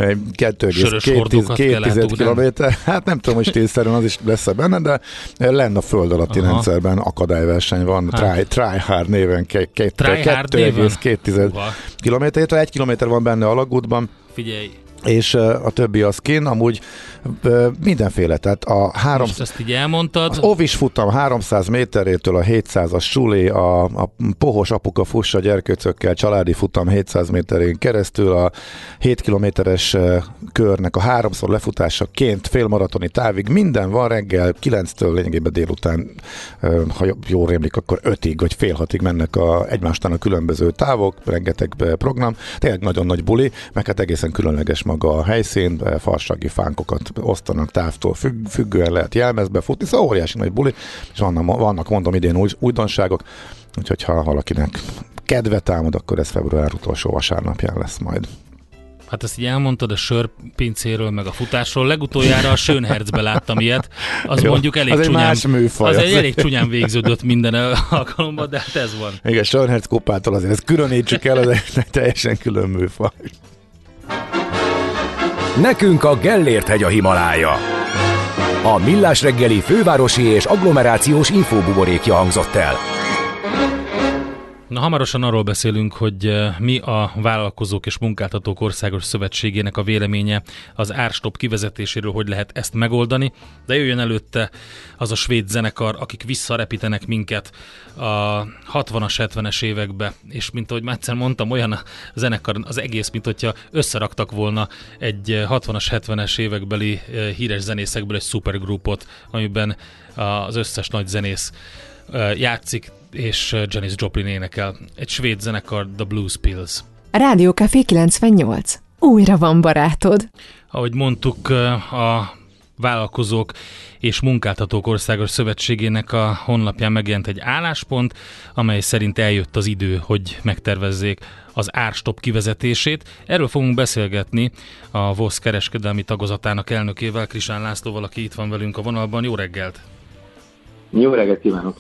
2,2 kilométer, hát nem tudom, hogy stílszerűen az is lesz benne, de lenne a föld alatti rendszerben akadályverseny van, Try Hard néven 2,2 kilométer, 1 kilométer van benne alagútban. Figyelj! És a többi az kín, amúgy mindenféle, tehát most ezt így elmondtad. Az ovis futam 300 méterétől a 700-as suli, a pohos apuka fussa gyerkőcökkel családi futam 700 méterén keresztül, a 7 kilométeres körnek a 3-szor lefutásaként félmaratoni távig, minden van reggel 9-től lényegében délután, ha jól rémlik, akkor 5-ig vagy fél 6-ig mennek egymástán a különböző távok, rengeteg program, tényleg nagyon nagy buli, meg hát egészen különleges maga a helyszín, farsagi fánkokat osztanak távtól függően, lehet jelmezbe futni, szóval óriási nagy buli, és vannak mondom idén újdonságok, úgyhogy ha valakinek kedve támad, akkor ez február utolsó vasárnapján lesz majd. Hát ezt így elmondtad a sörpincéről, meg a futásról. Legutoljára a Schönherzbe láttam ilyet. Az jó, mondjuk elég az csúnyán. Más műfaj, az egy elég csúnyán végződött minden alkalommal, de hát ez van. Igen, Schönherz kupától azért ezt különítsük el, az egy teljesen külön műfaj. Nekünk a Gellért-hegy a Himalája. A Millás reggeli fővárosi és agglomerációs infóbuborékja hangzott el. Na, hamarosan arról beszélünk, hogy mi a Vállalkozók és Munkáltatók Országos Szövetségének a véleménye az árstopp kivezetéséről, hogy lehet ezt megoldani, de jöjjön előtte az a svéd zenekar, akik visszarepítenek minket a 60-as, 70-es évekbe, és mint ahogy már egyszer mondtam, olyan a zenekar az egész, mint hogyha összeraktak volna egy 60-as, 70-es évekbeli híres zenészekből egy szupergrupot, amiben az összes nagy zenész játszik, és Janis Joplin énekel. Egy svéd zenekar, The Blues Pills. Rádió Café 98. Újra van barátod. Ahogy mondtuk, a Vállalkozók és Munkáltatók Országos Szövetségének a honlapján megjelent egy álláspont, amely szerint eljött az idő, hogy megtervezzék az árstopp kivezetését. Erről fogunk beszélgetni a VOSZ kereskedelmi tagozatának elnökével, Krisán Lászlóval, aki itt van velünk a vonalban. Jó reggelt! Jó reggelt kívánok!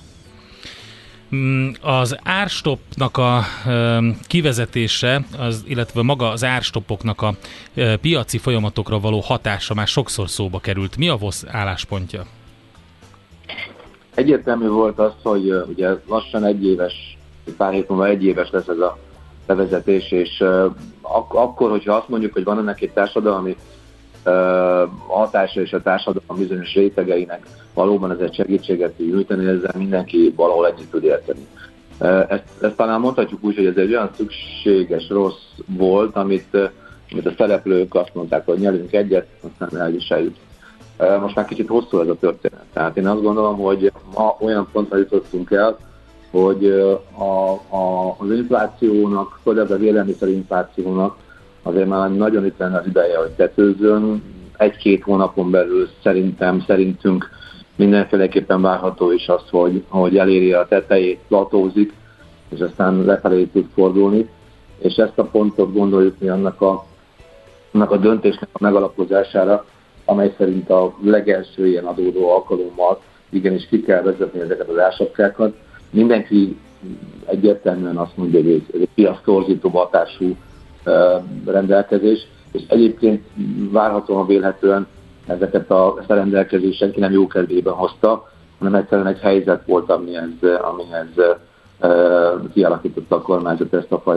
Az árstoppnak a kivezetése, illetve maga az árstoppoknak a piaci folyamatokra való hatása már sokszor szóba került. Mi a VOSZ álláspontja? Egyértelmű volt az, hogy ugye lassan pár hét múlva egyéves lesz ez a bevezetés, és akkor, hogyha azt mondjuk, hogy van ennek egy társadalmi hatása és a társadalom bizonyos rétegeinek valóban ez egy segítséget tud nyújtani, ezzel mindenki valahol együtt tud érteni. Ezt talán mondhatjuk úgy, hogy ez egy olyan szükséges rossz volt, amit a szereplők azt mondták, hogy nyelünk egyet, aztán elviseljük. Most már kicsit hosszú ez a történet. Tehát én azt gondolom, hogy ma olyan pontra jutottunk el, hogy az inflációnak, főleg az élelmiszerinflációnak azért már nagyon itt lenne az ideje, hogy tetőzzön. 1-2 hónapon belül szerintünk mindenféleképpen várható is az, hogy eléri a tetejét, platózik, és aztán lefelé tud fordulni. És ezt a pontot gondoljuk mi annak a döntésnek a megalapozására, amely szerint a legelső ilyen adódó alkalommal igenis ki kell vezetni ezeket az ársapkákat. Mindenki egyértelműen azt mondja, hogy ez egy piac torzító hatású rendelkezés, és egyébként várhatóan vélhetően ezt a rendelkezést senki nem jó kedvében hozta, hanem egyszerűen egy helyzet volt, amihez kialakította a kormányzat ezt a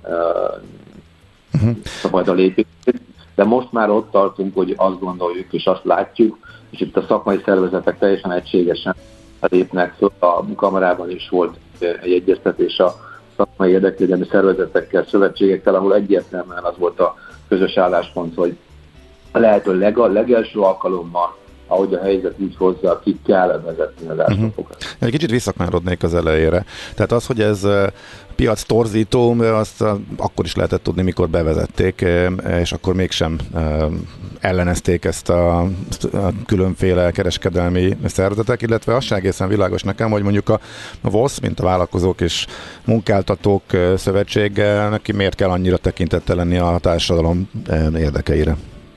fajta lépést. De most már ott tartunk, hogy azt gondoljuk és azt látjuk, és itt a szakmai szervezetek teljesen egységesen lépnek föl. A kamarában is volt egy egyeztetés a szakmai érdekvédelmi szervezetekkel, szövetségekkel, ahol egyértelműen az volt a közös álláspont, hogy lehető legelső alkalommal, ahogy a helyzet úgy hozza, ki kell vezetni az ársappokat. Egy kicsit visszakanyarodnék az elejére. Tehát az, hogy ez piac torzító, azt akkor is lehetett tudni, mikor bevezették, és akkor mégsem ellenezték ezt a különféle kereskedelmi szervezetek, illetve az egészen világos nekem, hogy mondjuk a VOSZ, mint a Vállalkozók és Munkáltatók Szövetség, neki miért kell annyira tekintettel lenni a társadalom érdekeire?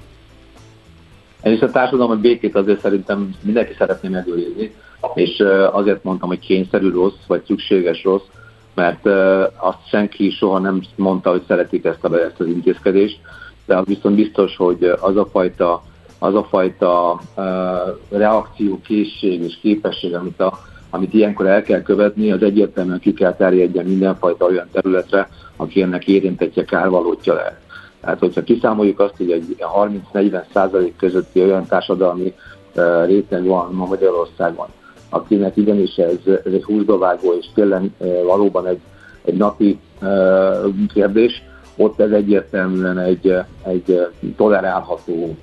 És a társadalmi békét azért szerintem mindenki szeretné megőrizni, és azért mondtam, hogy kényszerű rossz, vagy szükséges rossz, mert azt senki soha nem mondta, hogy szeretik ezt az intézkedést, de az viszont biztos, hogy az a fajta reakciókészség és képesség, amit ilyenkor el kell követni, az egyértelműen ki kell terjedjen mindenfajta olyan területre, aki ennek érintettje, kárvalótja lehet. Tehát, hogyha kiszámoljuk azt, hogy egy 30-40% közötti olyan társadalmi réteg van ma Magyarországon, akinek igenis ez egy húsbavágó és tényleg valóban egy napi kérdés, ott ez egyértelműen egy tolerálható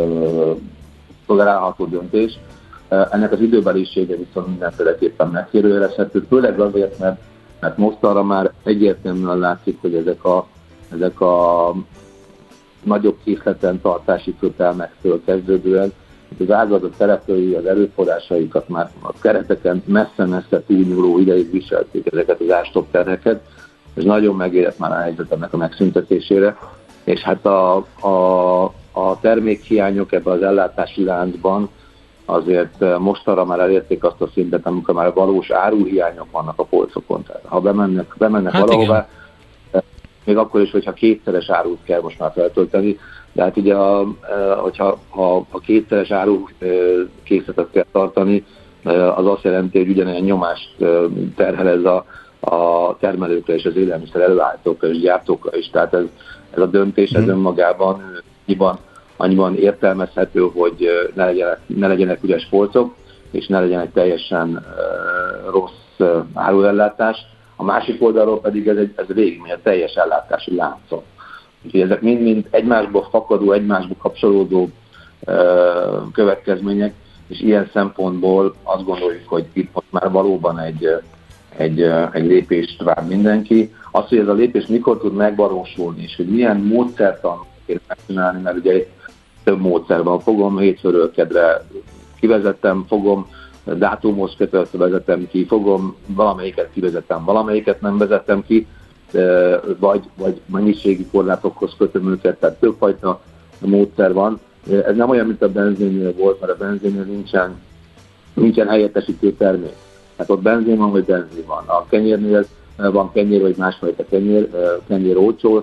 döntés. Ennek az időbelisége viszont mindenféleképpen megkérdőjelezhető, főleg azért, mert mostanra már egyértelműen látszik, hogy ezek a nagyobb készleten tartási kötelmektől kezdődően az ágazat szereplői az erőforrásaikat már a kereteken messze-messze túlnyúló ideig viselték ezeket az árstopp terheket, és nagyon megérett már a helyzet ennek a megszüntetésére, és hát a termékhiányok ebben az ellátási láncban azért mostanra már elérték azt a szintet, amikor már valós áruhiányok vannak a polcokon. Tehát, ha bemennek hát valahová, még akkor is, hogyha kétszeres árut kell most már feltölteni, de hát ugye, hogyha a kétszeres áru készletet kell tartani, az azt jelenti, hogy ugyanilyen nyomást terhel ez a termelőkre és az élelmiszer előállítókra és gyártókra is. Tehát ez a döntés ez önmagában annyiban értelmezhető, hogy ne legyenek üres polcok, és ne legyen egy teljesen rossz áruellátás. A másik oldalról pedig ez végigmegy a teljes ellátási láncon. Úgyhogy ezek mind egymásból fakadó, egymásból kapcsolódó következmények, és ilyen szempontból azt gondoljuk, hogy itt most már valóban egy lépést vár mindenki. Az, hogy ez a lépés mikor tud megvalósulni, és hogy milyen módszertan kell megcsinálni, mert ugye több módszer van. Fogom hétfőről kedre kivezettem, fogom dátumhoz kötött vezetem ki, fogom valamelyiket kivezetem, valamelyiket nem vezetem ki, vagy mennyiségi korlátokhoz kötöm őket, tehát többfajta módszer van. Ez nem olyan, mint a benzinnél volt, mert a benzinnél nincsen helyettesítő termék. Hát ott benzin van, vagy benzin van. A kenyérnél van kenyér, vagy másfajta kenyér olcsó,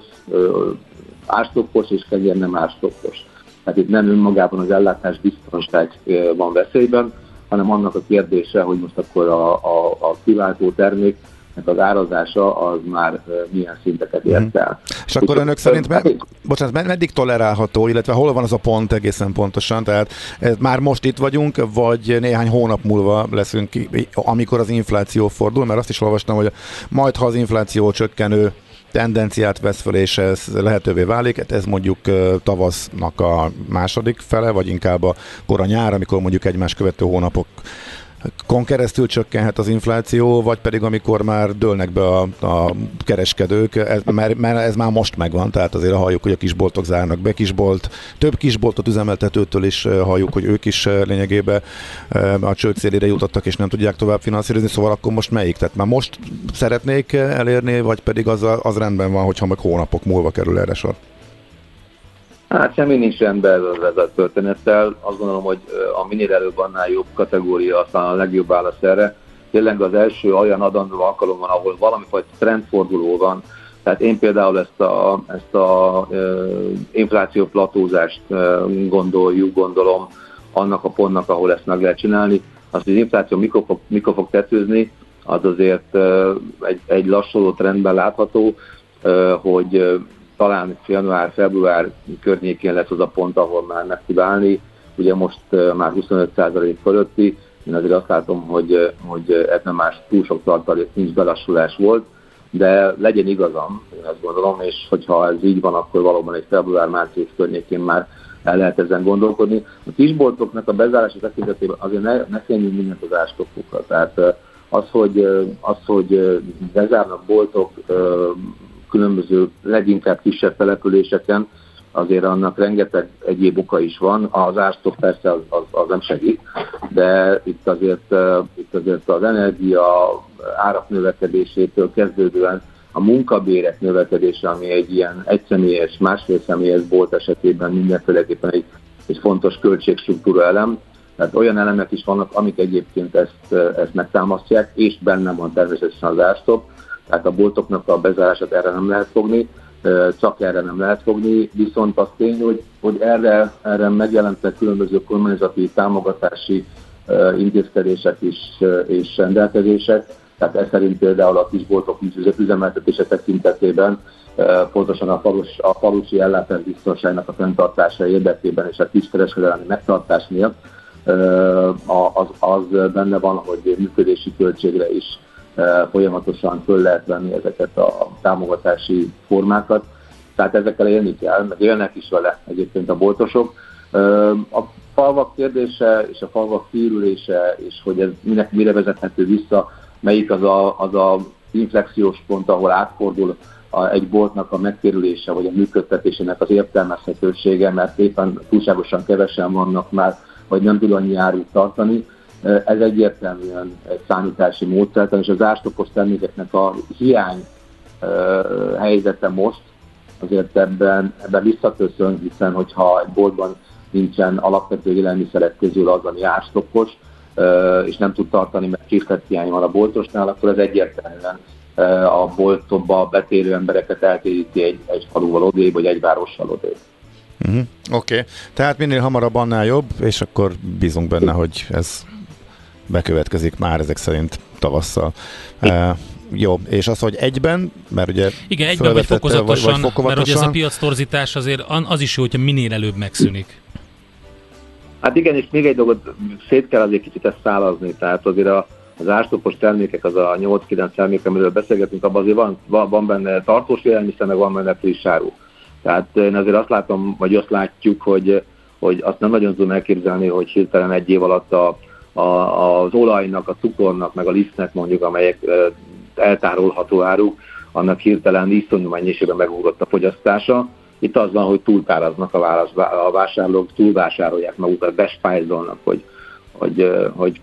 árstoppos, és kenyér nem árstoppos. Tehát itt nem önmagában az ellátás biztonság van veszélyben, hanem annak a kérdése, hogy most akkor a kiváltó terméknek az árazása az már milyen szinteket ért el. És akkor önök szerint meddig tolerálható, illetve hol van az a pont egészen pontosan? Tehát már most itt vagyunk, vagy néhány hónap múlva leszünk, amikor az infláció fordul, mert azt is olvastam, hogy majd ha az infláció csökkenő tendenciát vesz föl, és ez lehetővé válik, ez mondjuk tavasznak a második fele, vagy inkább a kora nyár, amikor mondjuk egymás követő hónapokon keresztül csökkenhet az infláció, vagy pedig amikor már dőlnek be a kereskedők, mert ez már most megvan, tehát azért halljuk, hogy a kisboltok zárnak be, több kisboltot üzemeltetőtől is halljuk, hogy ők is lényegében a csőd szélére jutottak, és nem tudják tovább finanszírozni, szóval akkor most melyik? Tehát már most szeretnék elérni, vagy pedig az rendben van, hogyha meg hónapok múlva kerül erre sor? Hát semmi nincs rendben ezzel a történettel. Azt gondolom, hogy a minél előbb annál jobb kategória, aztán a legjobb válasz erre. Tényleg az első olyan adandó alkalom van, ahol valamifajta trendforduló van. Tehát én például ezt a infláció platózást gondolom annak a pontnak, ahol ezt meg lehet csinálni. Az, hogy az infláció mikor fog tetőzni, az azért egy lassuló trendben látható, hogy talán január-február környékén lesz az a pont, ahol már meg tud állni. Ugye most már 25% fölötti, én azért azt látom, hogy ebben már túl sok tartalék nincs, belassulás volt, de legyen igazam, én azt gondolom, és hogyha ez így van, akkor valóban egy február-március környékén már el lehet ezen gondolkodni. A kisboltoknak a bezárása tekintetében azért ne kényünk mindent az árstoppukkal. Tehát az, hogy bezárnak boltok különböző, leginkább kisebb településeken, azért annak rengeteg egyéb oka is van. Az árstopp persze az nem segít, de itt azért az energia árak növekedésétől kezdődően a munkabérek növekedése, ami egy ilyen egyszemélyes, másfél személyes bolt esetében mindenféleképpen egy fontos költségstruktúra elem. Tehát olyan elemek is vannak, amik egyébként ezt megtámasztják, és benne van természetesen az árstopp. Tehát a boltoknak a bezárását erre nem lehet fogni, csak erre nem lehet fogni, viszont az tény, hogy erre megjelentek különböző kormányzati támogatási intézkedések is és rendelkezések. Tehát ez szerint például a kisboltok üzemeltetése tekintetében pontosan a falusi ellátásbiztonságnak a fenntartása érdekében és a kiskereskedelmi megtartás miatt az benne van, hogy működési költségre is folyamatosan föl lehet venni ezeket a támogatási formákat. Tehát ezekkel élni kell, meg élnek is vele egyébként a boltosok. A falvak kérdése és a falvak kiürülése, és hogy ez mire vezethető vissza, melyik az a inflexiós pont, ahol átfordul egy boltnak a megtérülése, vagy a működtetésének az értelmezhetősége, mert éppen túlságosan kevesen vannak már, vagy nem tud annyi árut tartani. Ez egyértelműen egy számítási módszertan, és az árstoppos termékeknek a hiány helyzete most azért ebben visszaköszön, hiszen hogyha egy boltban nincsen alapvető élelmiszerek közül az, ami árstoppos, és nem tud tartani, mert készlethiány van a boltosnál, akkor ez egyértelműen a boltba betérő embereket eltéríti egy faluval odébb, vagy egy várossal odébb. Oké. Tehát minél hamarabb annál jobb, és akkor bízunk benne, hogy ez bekövetkezik már ezek szerint tavasszal. Jó, és az, hogy egyben, mert ugye igen, egyben vagy fokozatosan, vagy mert hogy ez a piactorzítás azért az is jó, hogyha minél előbb megszűnik. Hát igen, és még egy dolgot szét kell azért kicsit ezt szálazni, tehát azért az árstoppos termékek, az a 8-9 termék, amiről beszélgetünk, abban azért van benne tartós élelmiszer, meg van benne friss áru. Tehát én azért azt látom, vagy azt látjuk, hogy azt nem nagyon tudom elképzelni, hogy hirtelen egy év alatt az olajnak, a cukornak, meg a lisztnek mondjuk, amelyek eltárolható áruk, annak hirtelen iszonyú mennyiségben megugrott a fogyasztása. Itt az van, hogy túltáraznak a vásárlók, túlvásárolják magukat, bespájzolnak, hogy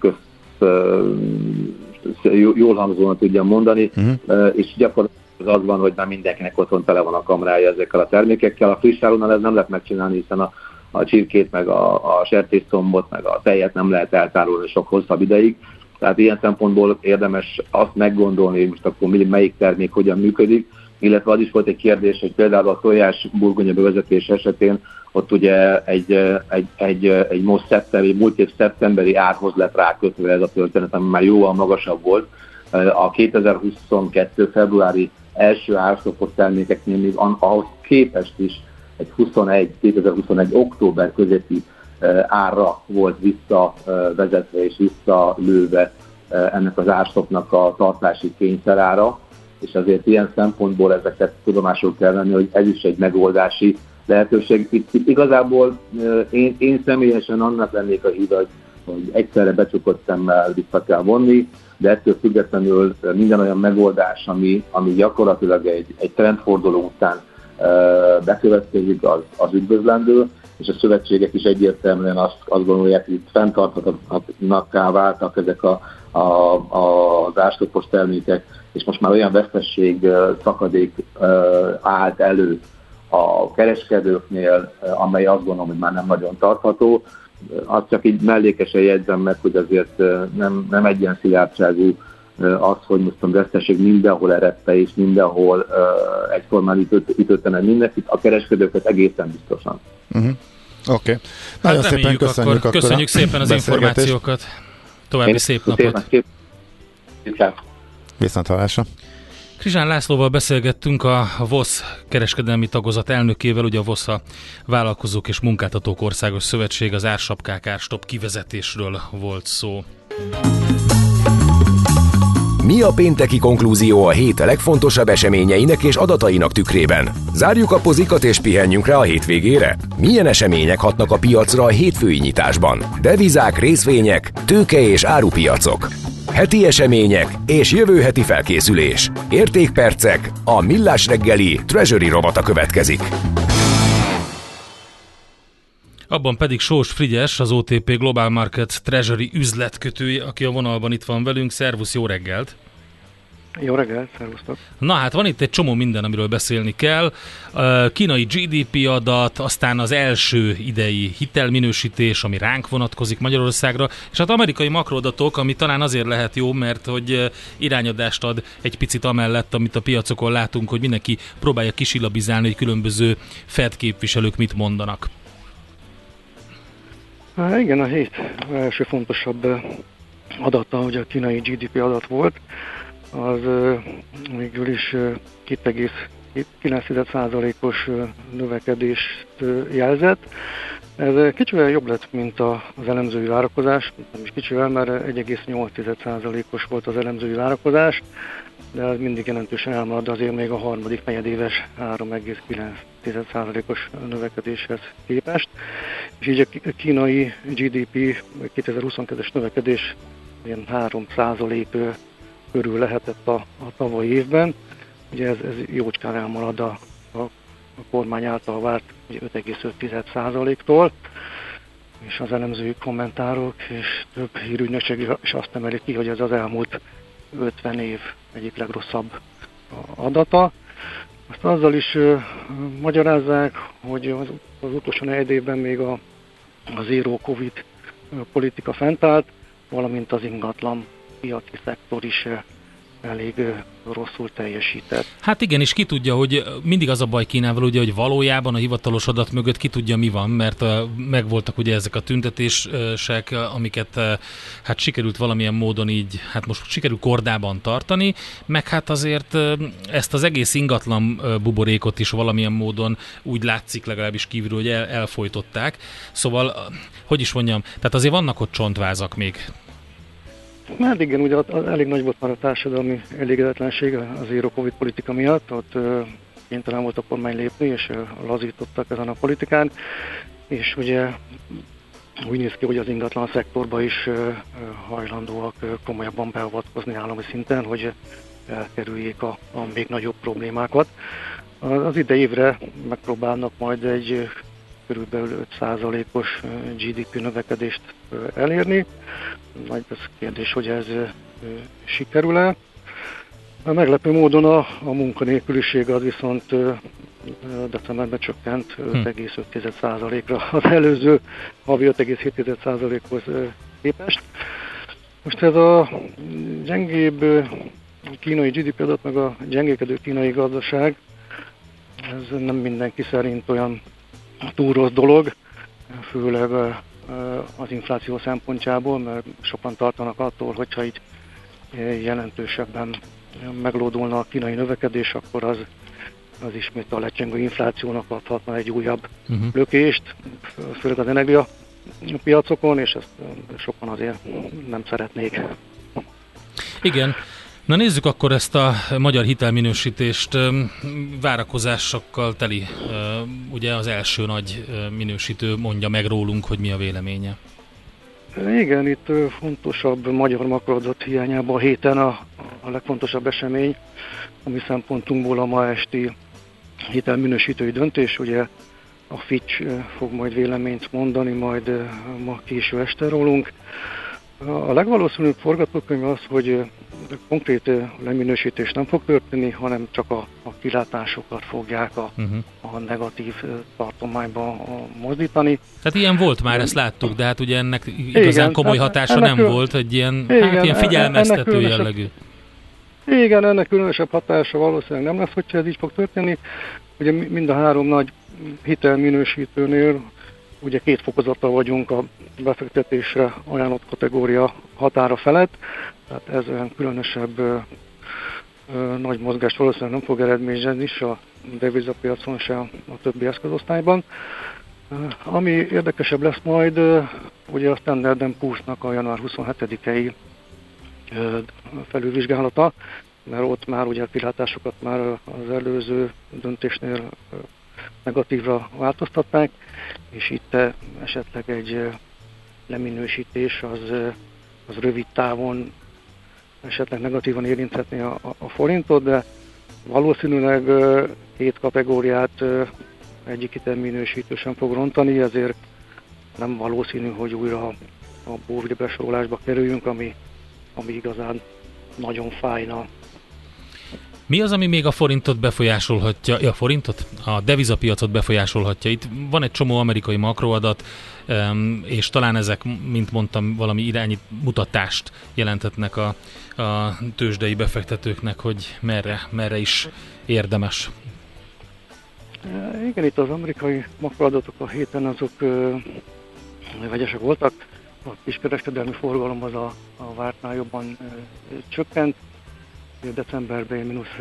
jól hangzóan tudjam mondani, és gyakorlatilag az van, hogy már mindenkinek otthon tele van a kamrája ezekkel a termékekkel. A friss árunál ez nem lehet megcsinálni, hiszen a csirkét, meg a sertéscombot, meg a tejet nem lehet eltárolni sok hosszabb ideig. Tehát ilyen szempontból érdemes azt meggondolni, hogy most akkor melyik termék hogyan működik, illetve az is volt egy kérdés, hogy például a tojás burgonya bevezetés esetén ott ugye egy múlt év szeptemberi árhoz lett rákötve ez a történet, ami már jóval magasabb volt. A 2022. februári első árstoppos termékeknél még ahhoz képest is egy 2021. október közötti árra volt visszavezetve és visszalőve ennek az árstoppnak a tartási kényszerára, és azért ilyen szempontból ezeket tudomásul kell venni, hogy ez is egy megoldási lehetőség. Itt igazából én személyesen annak lennék a híve, hogy egyszerre becsukott szemmel vissza kell vonni, de ettől függetlenül minden olyan megoldás, ami gyakorlatilag egy trendforduló után bekövetkezik, az üdvözlendő, és a szövetségek is egyértelműen azt gondolják, hogy itt fenntarthatatlanakká váltak ezek az árstoppos termékek, és most már olyan vesztesség szakadék állt elő a kereskedőknél, amely azt gondolom, hogy már nem nagyon tartható. Azt csak így mellékesen jegyzem meg, hogy azért nem egy ilyen szilárdságú az, hogy most a vesztesség mindenhol eredte, és mindenhol egyformán ütöttene mindenkit, a kereskedőket egészen biztosan. Oké. Nagyon szépen köszönjük. Köszönjük szépen az információkat. További szép napot. Viszonthallásra. Krizsán Lászlóval beszélgettünk a VOSZ kereskedelmi tagozat elnökével, ugye a VOSZ a Vállalkozók és Munkáltatók Országos Szövetség, az ársapkák árstopp kivezetésről volt szó. Mi a pénteki konklúzió a hét legfontosabb eseményeinek és adatainak tükrében? Zárjuk a pozikat és pihenjünk rá a hétvégére? Milyen események hatnak a piacra a hétfői nyitásban? Devizák, részvények, tőke és árupiacok. Heti események és jövő heti felkészülés. Értékpercek, a Millás reggeli Treasury rovata következik. Abban pedig Sós Frigyes, az OTP Global Market Treasury üzletkötője, aki a vonalban itt van velünk. Szervusz, jó reggelt! Jó reggelt, szervusztok! Na hát van itt egy csomó minden, amiről beszélni kell. Kínai GDP adat, aztán az első idei hitelminősítés, ami ránk vonatkozik Magyarországra, és hát amerikai makroadatok, ami talán azért lehet jó, mert hogy irányadást ad egy picit amellett, amit a piacokon látunk, hogy mindenki próbálja kisillabizálni, hogy különböző Fed képviselők mit mondanak. Igen, a hét első fontosabb adata, hogy a kínai GDP adat volt, az végül is 2,9%-os növekedést jelzett. Ez kicsivel jobb lett, mint az elemzői várakozás, nem is kicsivel, mert 1,8%-os volt az elemzői várakozás, de ez mindig jelentősen elmarad azért még a harmadik negyedéves 3,9%-os növekedéshez képest. És így a kínai GDP 2022-es növekedés ilyen 3% körül lehetett a tavalyi évben. Ugye ez jócskán elmarad a kormány által várt 5,5%-tól, és az elemzői kommentárok és több hírügynökség is azt emelik ki, hogy ez az elmúlt 50 év egyik legrosszabb adata. Azt azzal is magyarázzák, hogy az utolsó 4 évben még a zero covid politika fennállt, valamint az ingatlan piaci szektor is elég rosszul teljesített. Hát igen, és ki tudja, hogy mindig az a baj Kínával, ugye, hogy valójában a hivatalos adat mögött ki tudja, mi van, mert megvoltak ugye ezek a tüntetések, amiket hát sikerült valamilyen módon így, hát most sikerül kordában tartani, meg hát azért ezt az egész ingatlan buborékot is valamilyen módon úgy látszik legalábbis kívülről, hogy elfojtották. Szóval, hogy is mondjam, tehát azért vannak ott csontvázak még. Hát igen, ugye elég nagy volt már a társadalmi elégedetlenség az zero covid politika miatt, ott kénytelen volt a kormány lépni, és lazítottak ezen a politikán, és ugye úgy néz ki, hogy az ingatlan szektorba is hajlandóak komolyabban beavatkozni állami szinten, hogy elkerüljék a még nagyobb problémákat. Az idei évre megpróbálnak majd egy körülbelül 5%-os GDP növekedést elérni. Nagy az kérdés, hogy ez sikerül-e. Meglepő módon a munkanélküliség az viszont decemberben csökkent 5,5%-ra az előző havi 5,7%-hoz képest. Most ez a gyengébb kínai GDP adat, meg a gyengékedő kínai gazdaság, ez nem mindenki szerint olyan túl rossz dolog, főleg az infláció szempontjából, mert sokan tartanak attól, hogyha így jelentősebben meglódulna a kínai növekedés, akkor az ismét a lecsengő inflációnak adhatna egy újabb lökést, főleg az energiapiacokon, és ezt sokan azért nem szeretnék. Igen. Na nézzük akkor ezt a magyar hitelminősítést, várakozásokkal teli, ugye az első nagy minősítő mondja meg rólunk, hogy mi a véleménye. Igen, itt fontosabb magyar makroadat hiányában a héten a legfontosabb esemény, ami szempontunkból a ma esti hitelminősítői döntés, ugye a Fitch fog majd véleményt mondani, majd ma késő este rólunk. A legvalószínűbb forgatókönyv az, hogy konkrét leminősítés nem fog történni, hanem csak a kilátásokat fogják a negatív tartományba mozdítani. Tehát ilyen volt már, ezt láttuk, de hát ugye ennek igazán komoly hatása nem volt, egy ilyen, ilyen figyelmeztető jellegű. Igen, ennek különösebb hatása valószínűleg nem lesz, hogyha ez így fog történni. Ugye mind a 3 nagy hitelminősítőnél ugye 2 fokozattal vagyunk a befektetésre ajánlott kategória határa felett, tehát ez olyan különösebb nagy mozgást valószínűleg nem fog eredményezni se a devizapiacon, se a többi eszközosztályban. Ami érdekesebb lesz majd, ugye a Standard & Poor's-nak a január 27-i felülvizsgálata, mert ott már ugye a kilátásokat már az előző döntésnél negatívra változtatták, és itt esetleg egy leminősítés az rövid távon esetleg negatívan érinthetné a forintot, de valószínűleg 2 kategóriát egyik hitelminősítő sem fog rontani, ezért nem valószínű, hogy újra a bóvli besorolásba kerüljünk, ami igazán nagyon fájna. Mi az, ami még a forintot befolyásolhatja, a devizapiacot befolyásolhatja? Itt van egy csomó amerikai makroadat, és talán ezek, mint mondtam, valami iránymutatást jelenthetnek a tőzsdei befektetőknek, hogy merre is érdemes. Igen, itt az amerikai makroadatok a héten azok vegyesek voltak. A kiskereskedelmi forgalom az a vártnál jobban csökkent. Decemberben mínusz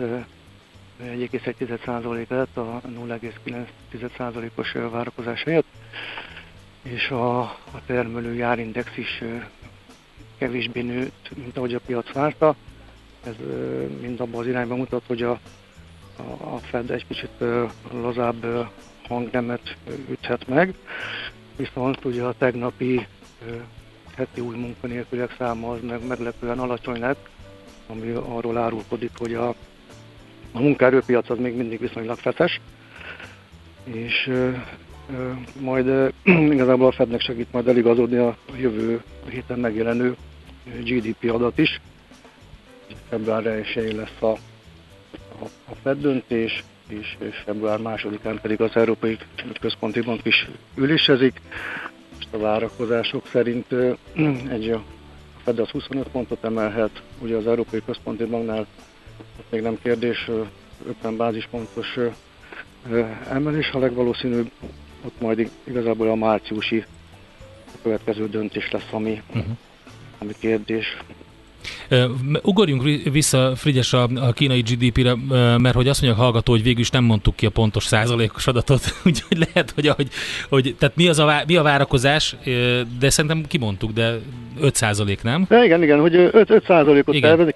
1,1% lett a 0,9%-os várakozás helyett, és a termelői árindex is kevésbé nőtt, mint ahogy a piac várta. Ez mind abban az irányban mutat, hogy a Fed egy kicsit lazább hangnemet üthet meg, viszont ugye a tegnapi heti új munkanélküliek száma az meglepően alacsony lett, ami arról árulkodik, hogy a munkaerőpiac az még mindig viszonylag feszes, és majd igazából a Fednek segít majd eligazodni a jövő héten megjelenő GDP adat is. Február 1-én lesz a Fed döntés, és február 2-án pedig az Európai Központi Bank is ülésezik. Most a várakozások szerint a Fed az 25 pontot emelhet, ugye az Európai Központi Banknál még nem kérdés, 50 bázispontos emelés, a legvalószínűbb, ott majd igazából a márciusi következő döntés lesz, ami kérdés. Ugorjunk vissza, Frigyes, a kínai GDP-re, mert hogy azt mondja a hallgató, hogy végül is nem mondtuk ki a pontos százalékos adatot, úgyhogy lehet, hogy tehát mi a várakozás, de szerintem kimondtuk, de 5% nem? De igen, hogy 5%-ot terveznek,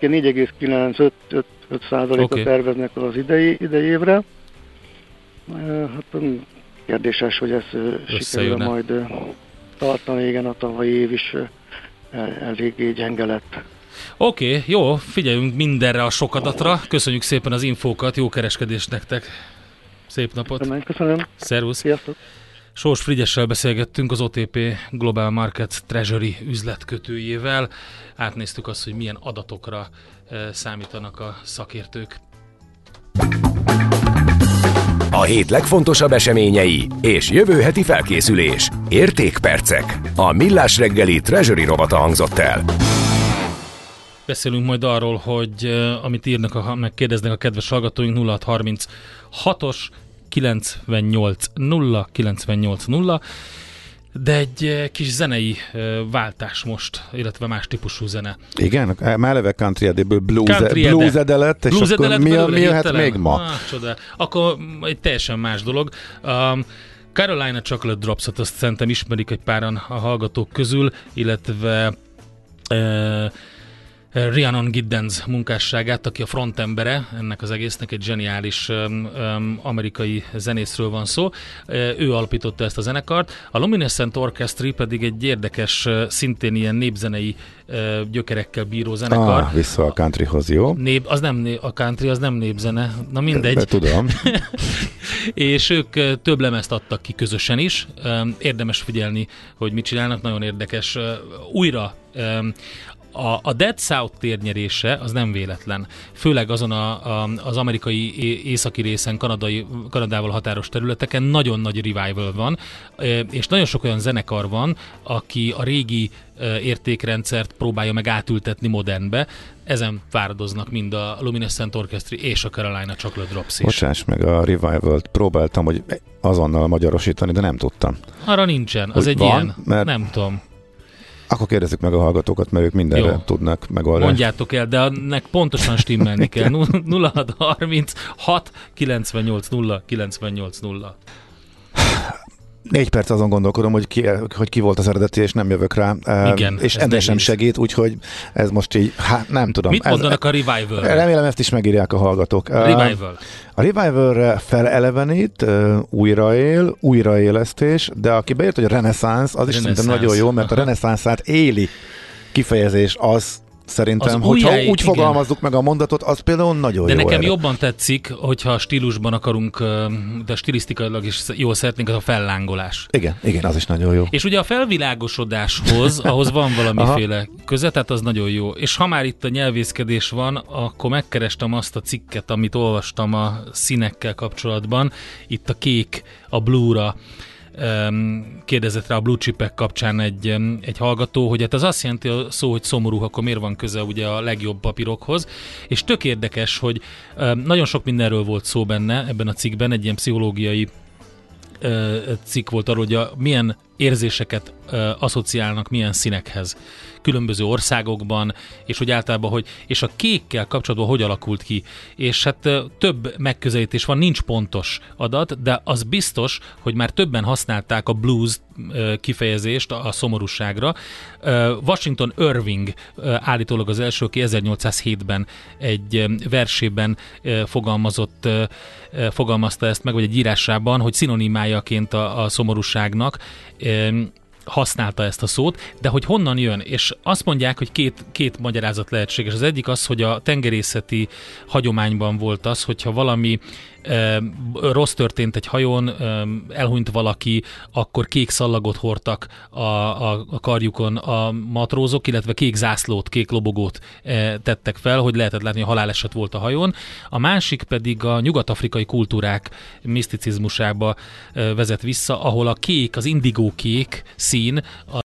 4,95% terveznek az idei évre. Hát kérdéses, hogy ez sikerül majd tartani, igen, a tavalyi év is eléggé gyenge lett. Oké, jó, figyeljünk mindenre a sok adatra. Köszönjük szépen az infókat, jó kereskedést nektek. Szép napot. Köszönöm. Szervusz. Sziasztok. Sós Frigyessel beszélgettünk, az OTP Global Market Treasury üzletkötőjével. Átnéztük azt, hogy milyen adatokra számítanak a szakértők. A hét legfontosabb eseményei és jövő heti felkészülés. Értékpercek. A Millás reggeli Treasury rovata hangzott el. Beszélünk majd arról, hogy amit írnak, meg kérdeznek a kedves hallgatóink, 0636-os 98-0, de egy kis zenei váltás most, illetve más típusú zene. Igen, már eleve country edéből blues ede lett, és akkor mi jöhet még ma? Csoda. Akkor egy teljesen más dolog. Carolina Chocolate Drops-ot azt szerintem ismerik egy páran a hallgatók közül, illetve Rhiannon Giddens munkásságát, aki a frontembere ennek az egésznek, egy zseniális amerikai zenészről van szó. Ő alapította ezt a zenekart. A Luminescent Orchestra pedig egy érdekes, szintén ilyen népzenei gyökerekkel bíró zenekar. Vissza a countryhoz, jó? A country az nem népzene, na mindegy. De tudom. És ők több lemezt adtak ki közösen is. Érdemes figyelni, hogy mit csinálnak, nagyon érdekes. Újra a Dead South térnyerése az nem véletlen. Főleg azon az amerikai északi részen, Kanadával határos területeken nagyon nagy revival van, és nagyon sok olyan zenekar van, aki a régi értékrendszert próbálja meg átültetni modernbe. Ezen fáradoznak mind a Luminescent Orchestra és a Carolina Chocolate Drops is. Bocsáss meg, a Revival-t próbáltam, hogy azonnal magyarosítani, de nem tudtam. Arra nincsen, az egy ilyen, nem tudom. Akkor kérdezzük meg a hallgatókat, mert ők mindenre tudnak megoldást. Mondjátok el, de ennek pontosan stimmelni kell. 0636 98 0. 4 perc azon gondolkodom, hogy ki volt az eredeti, és nem jövök rá. Igen, és ennek sem segít, úgyhogy ez most így, nem tudom. Mit mondanak a Revival-re? Remélem ezt is megírják a hallgatók. Revival. A Revival-re felelevenít, újraélesztés, de aki beírt, hogy a reneszánsz, az is szerintem nagyon jó, mert a reneszánszát éli kifejezés az, szerintem, hogyha úgy fogalmazzuk meg a mondatot, az például nagyon de jó. De nekem jobban tetszik, hogyha stílusban akarunk, de stilisztikailag is jól szeretnénk, az a fellángolás. Igen, az is nagyon jó. És ugye a felvilágosodáshoz, ahhoz van valamiféle köze, tehát az nagyon jó. És ha már itt a nyelvészkedés van, akkor megkerestem azt a cikket, amit olvastam a színekkel kapcsolatban. Itt a kék, a blue-ra kérdezett rá a blue chipek kapcsán egy hallgató, hogy hát az azt jelenti a szó, hogy szomorú, akkor miért van köze ugye a legjobb papírokhoz, és tök érdekes, hogy nagyon sok mindenről volt szó benne ebben a cikkben, egy ilyen pszichológiai cikk volt arról, hogy milyen érzéseket asszociálnak milyen színekhez különböző országokban, és hogy általában, és a kékkel kapcsolatban hogy alakult ki. És hát több megközelítés van, nincs pontos adat, de az biztos, hogy már többen használták a blues kifejezést a szomorúságra. Washington Irving állítólag az első, aki 1807-ben egy versében fogalmazta ezt meg, vagy egy írásában, hogy szinonimájaként a szomorúságnak használta ezt a szót, de hogy honnan jön, és azt mondják, hogy két magyarázat lehetséges. Az egyik az, hogy a tengerészeti hagyományban volt az, hogyha valami rossz történt egy hajón, elhunyt valaki, akkor kék szallagot hordtak a karjukon a matrózok, illetve kék zászlót, kék lobogót tettek fel, hogy lehetett látni, hogy haláleset volt a hajón. A másik pedig a nyugat-afrikai kultúrák miszticizmusába vezet vissza, ahol a kék, az indigó kék szín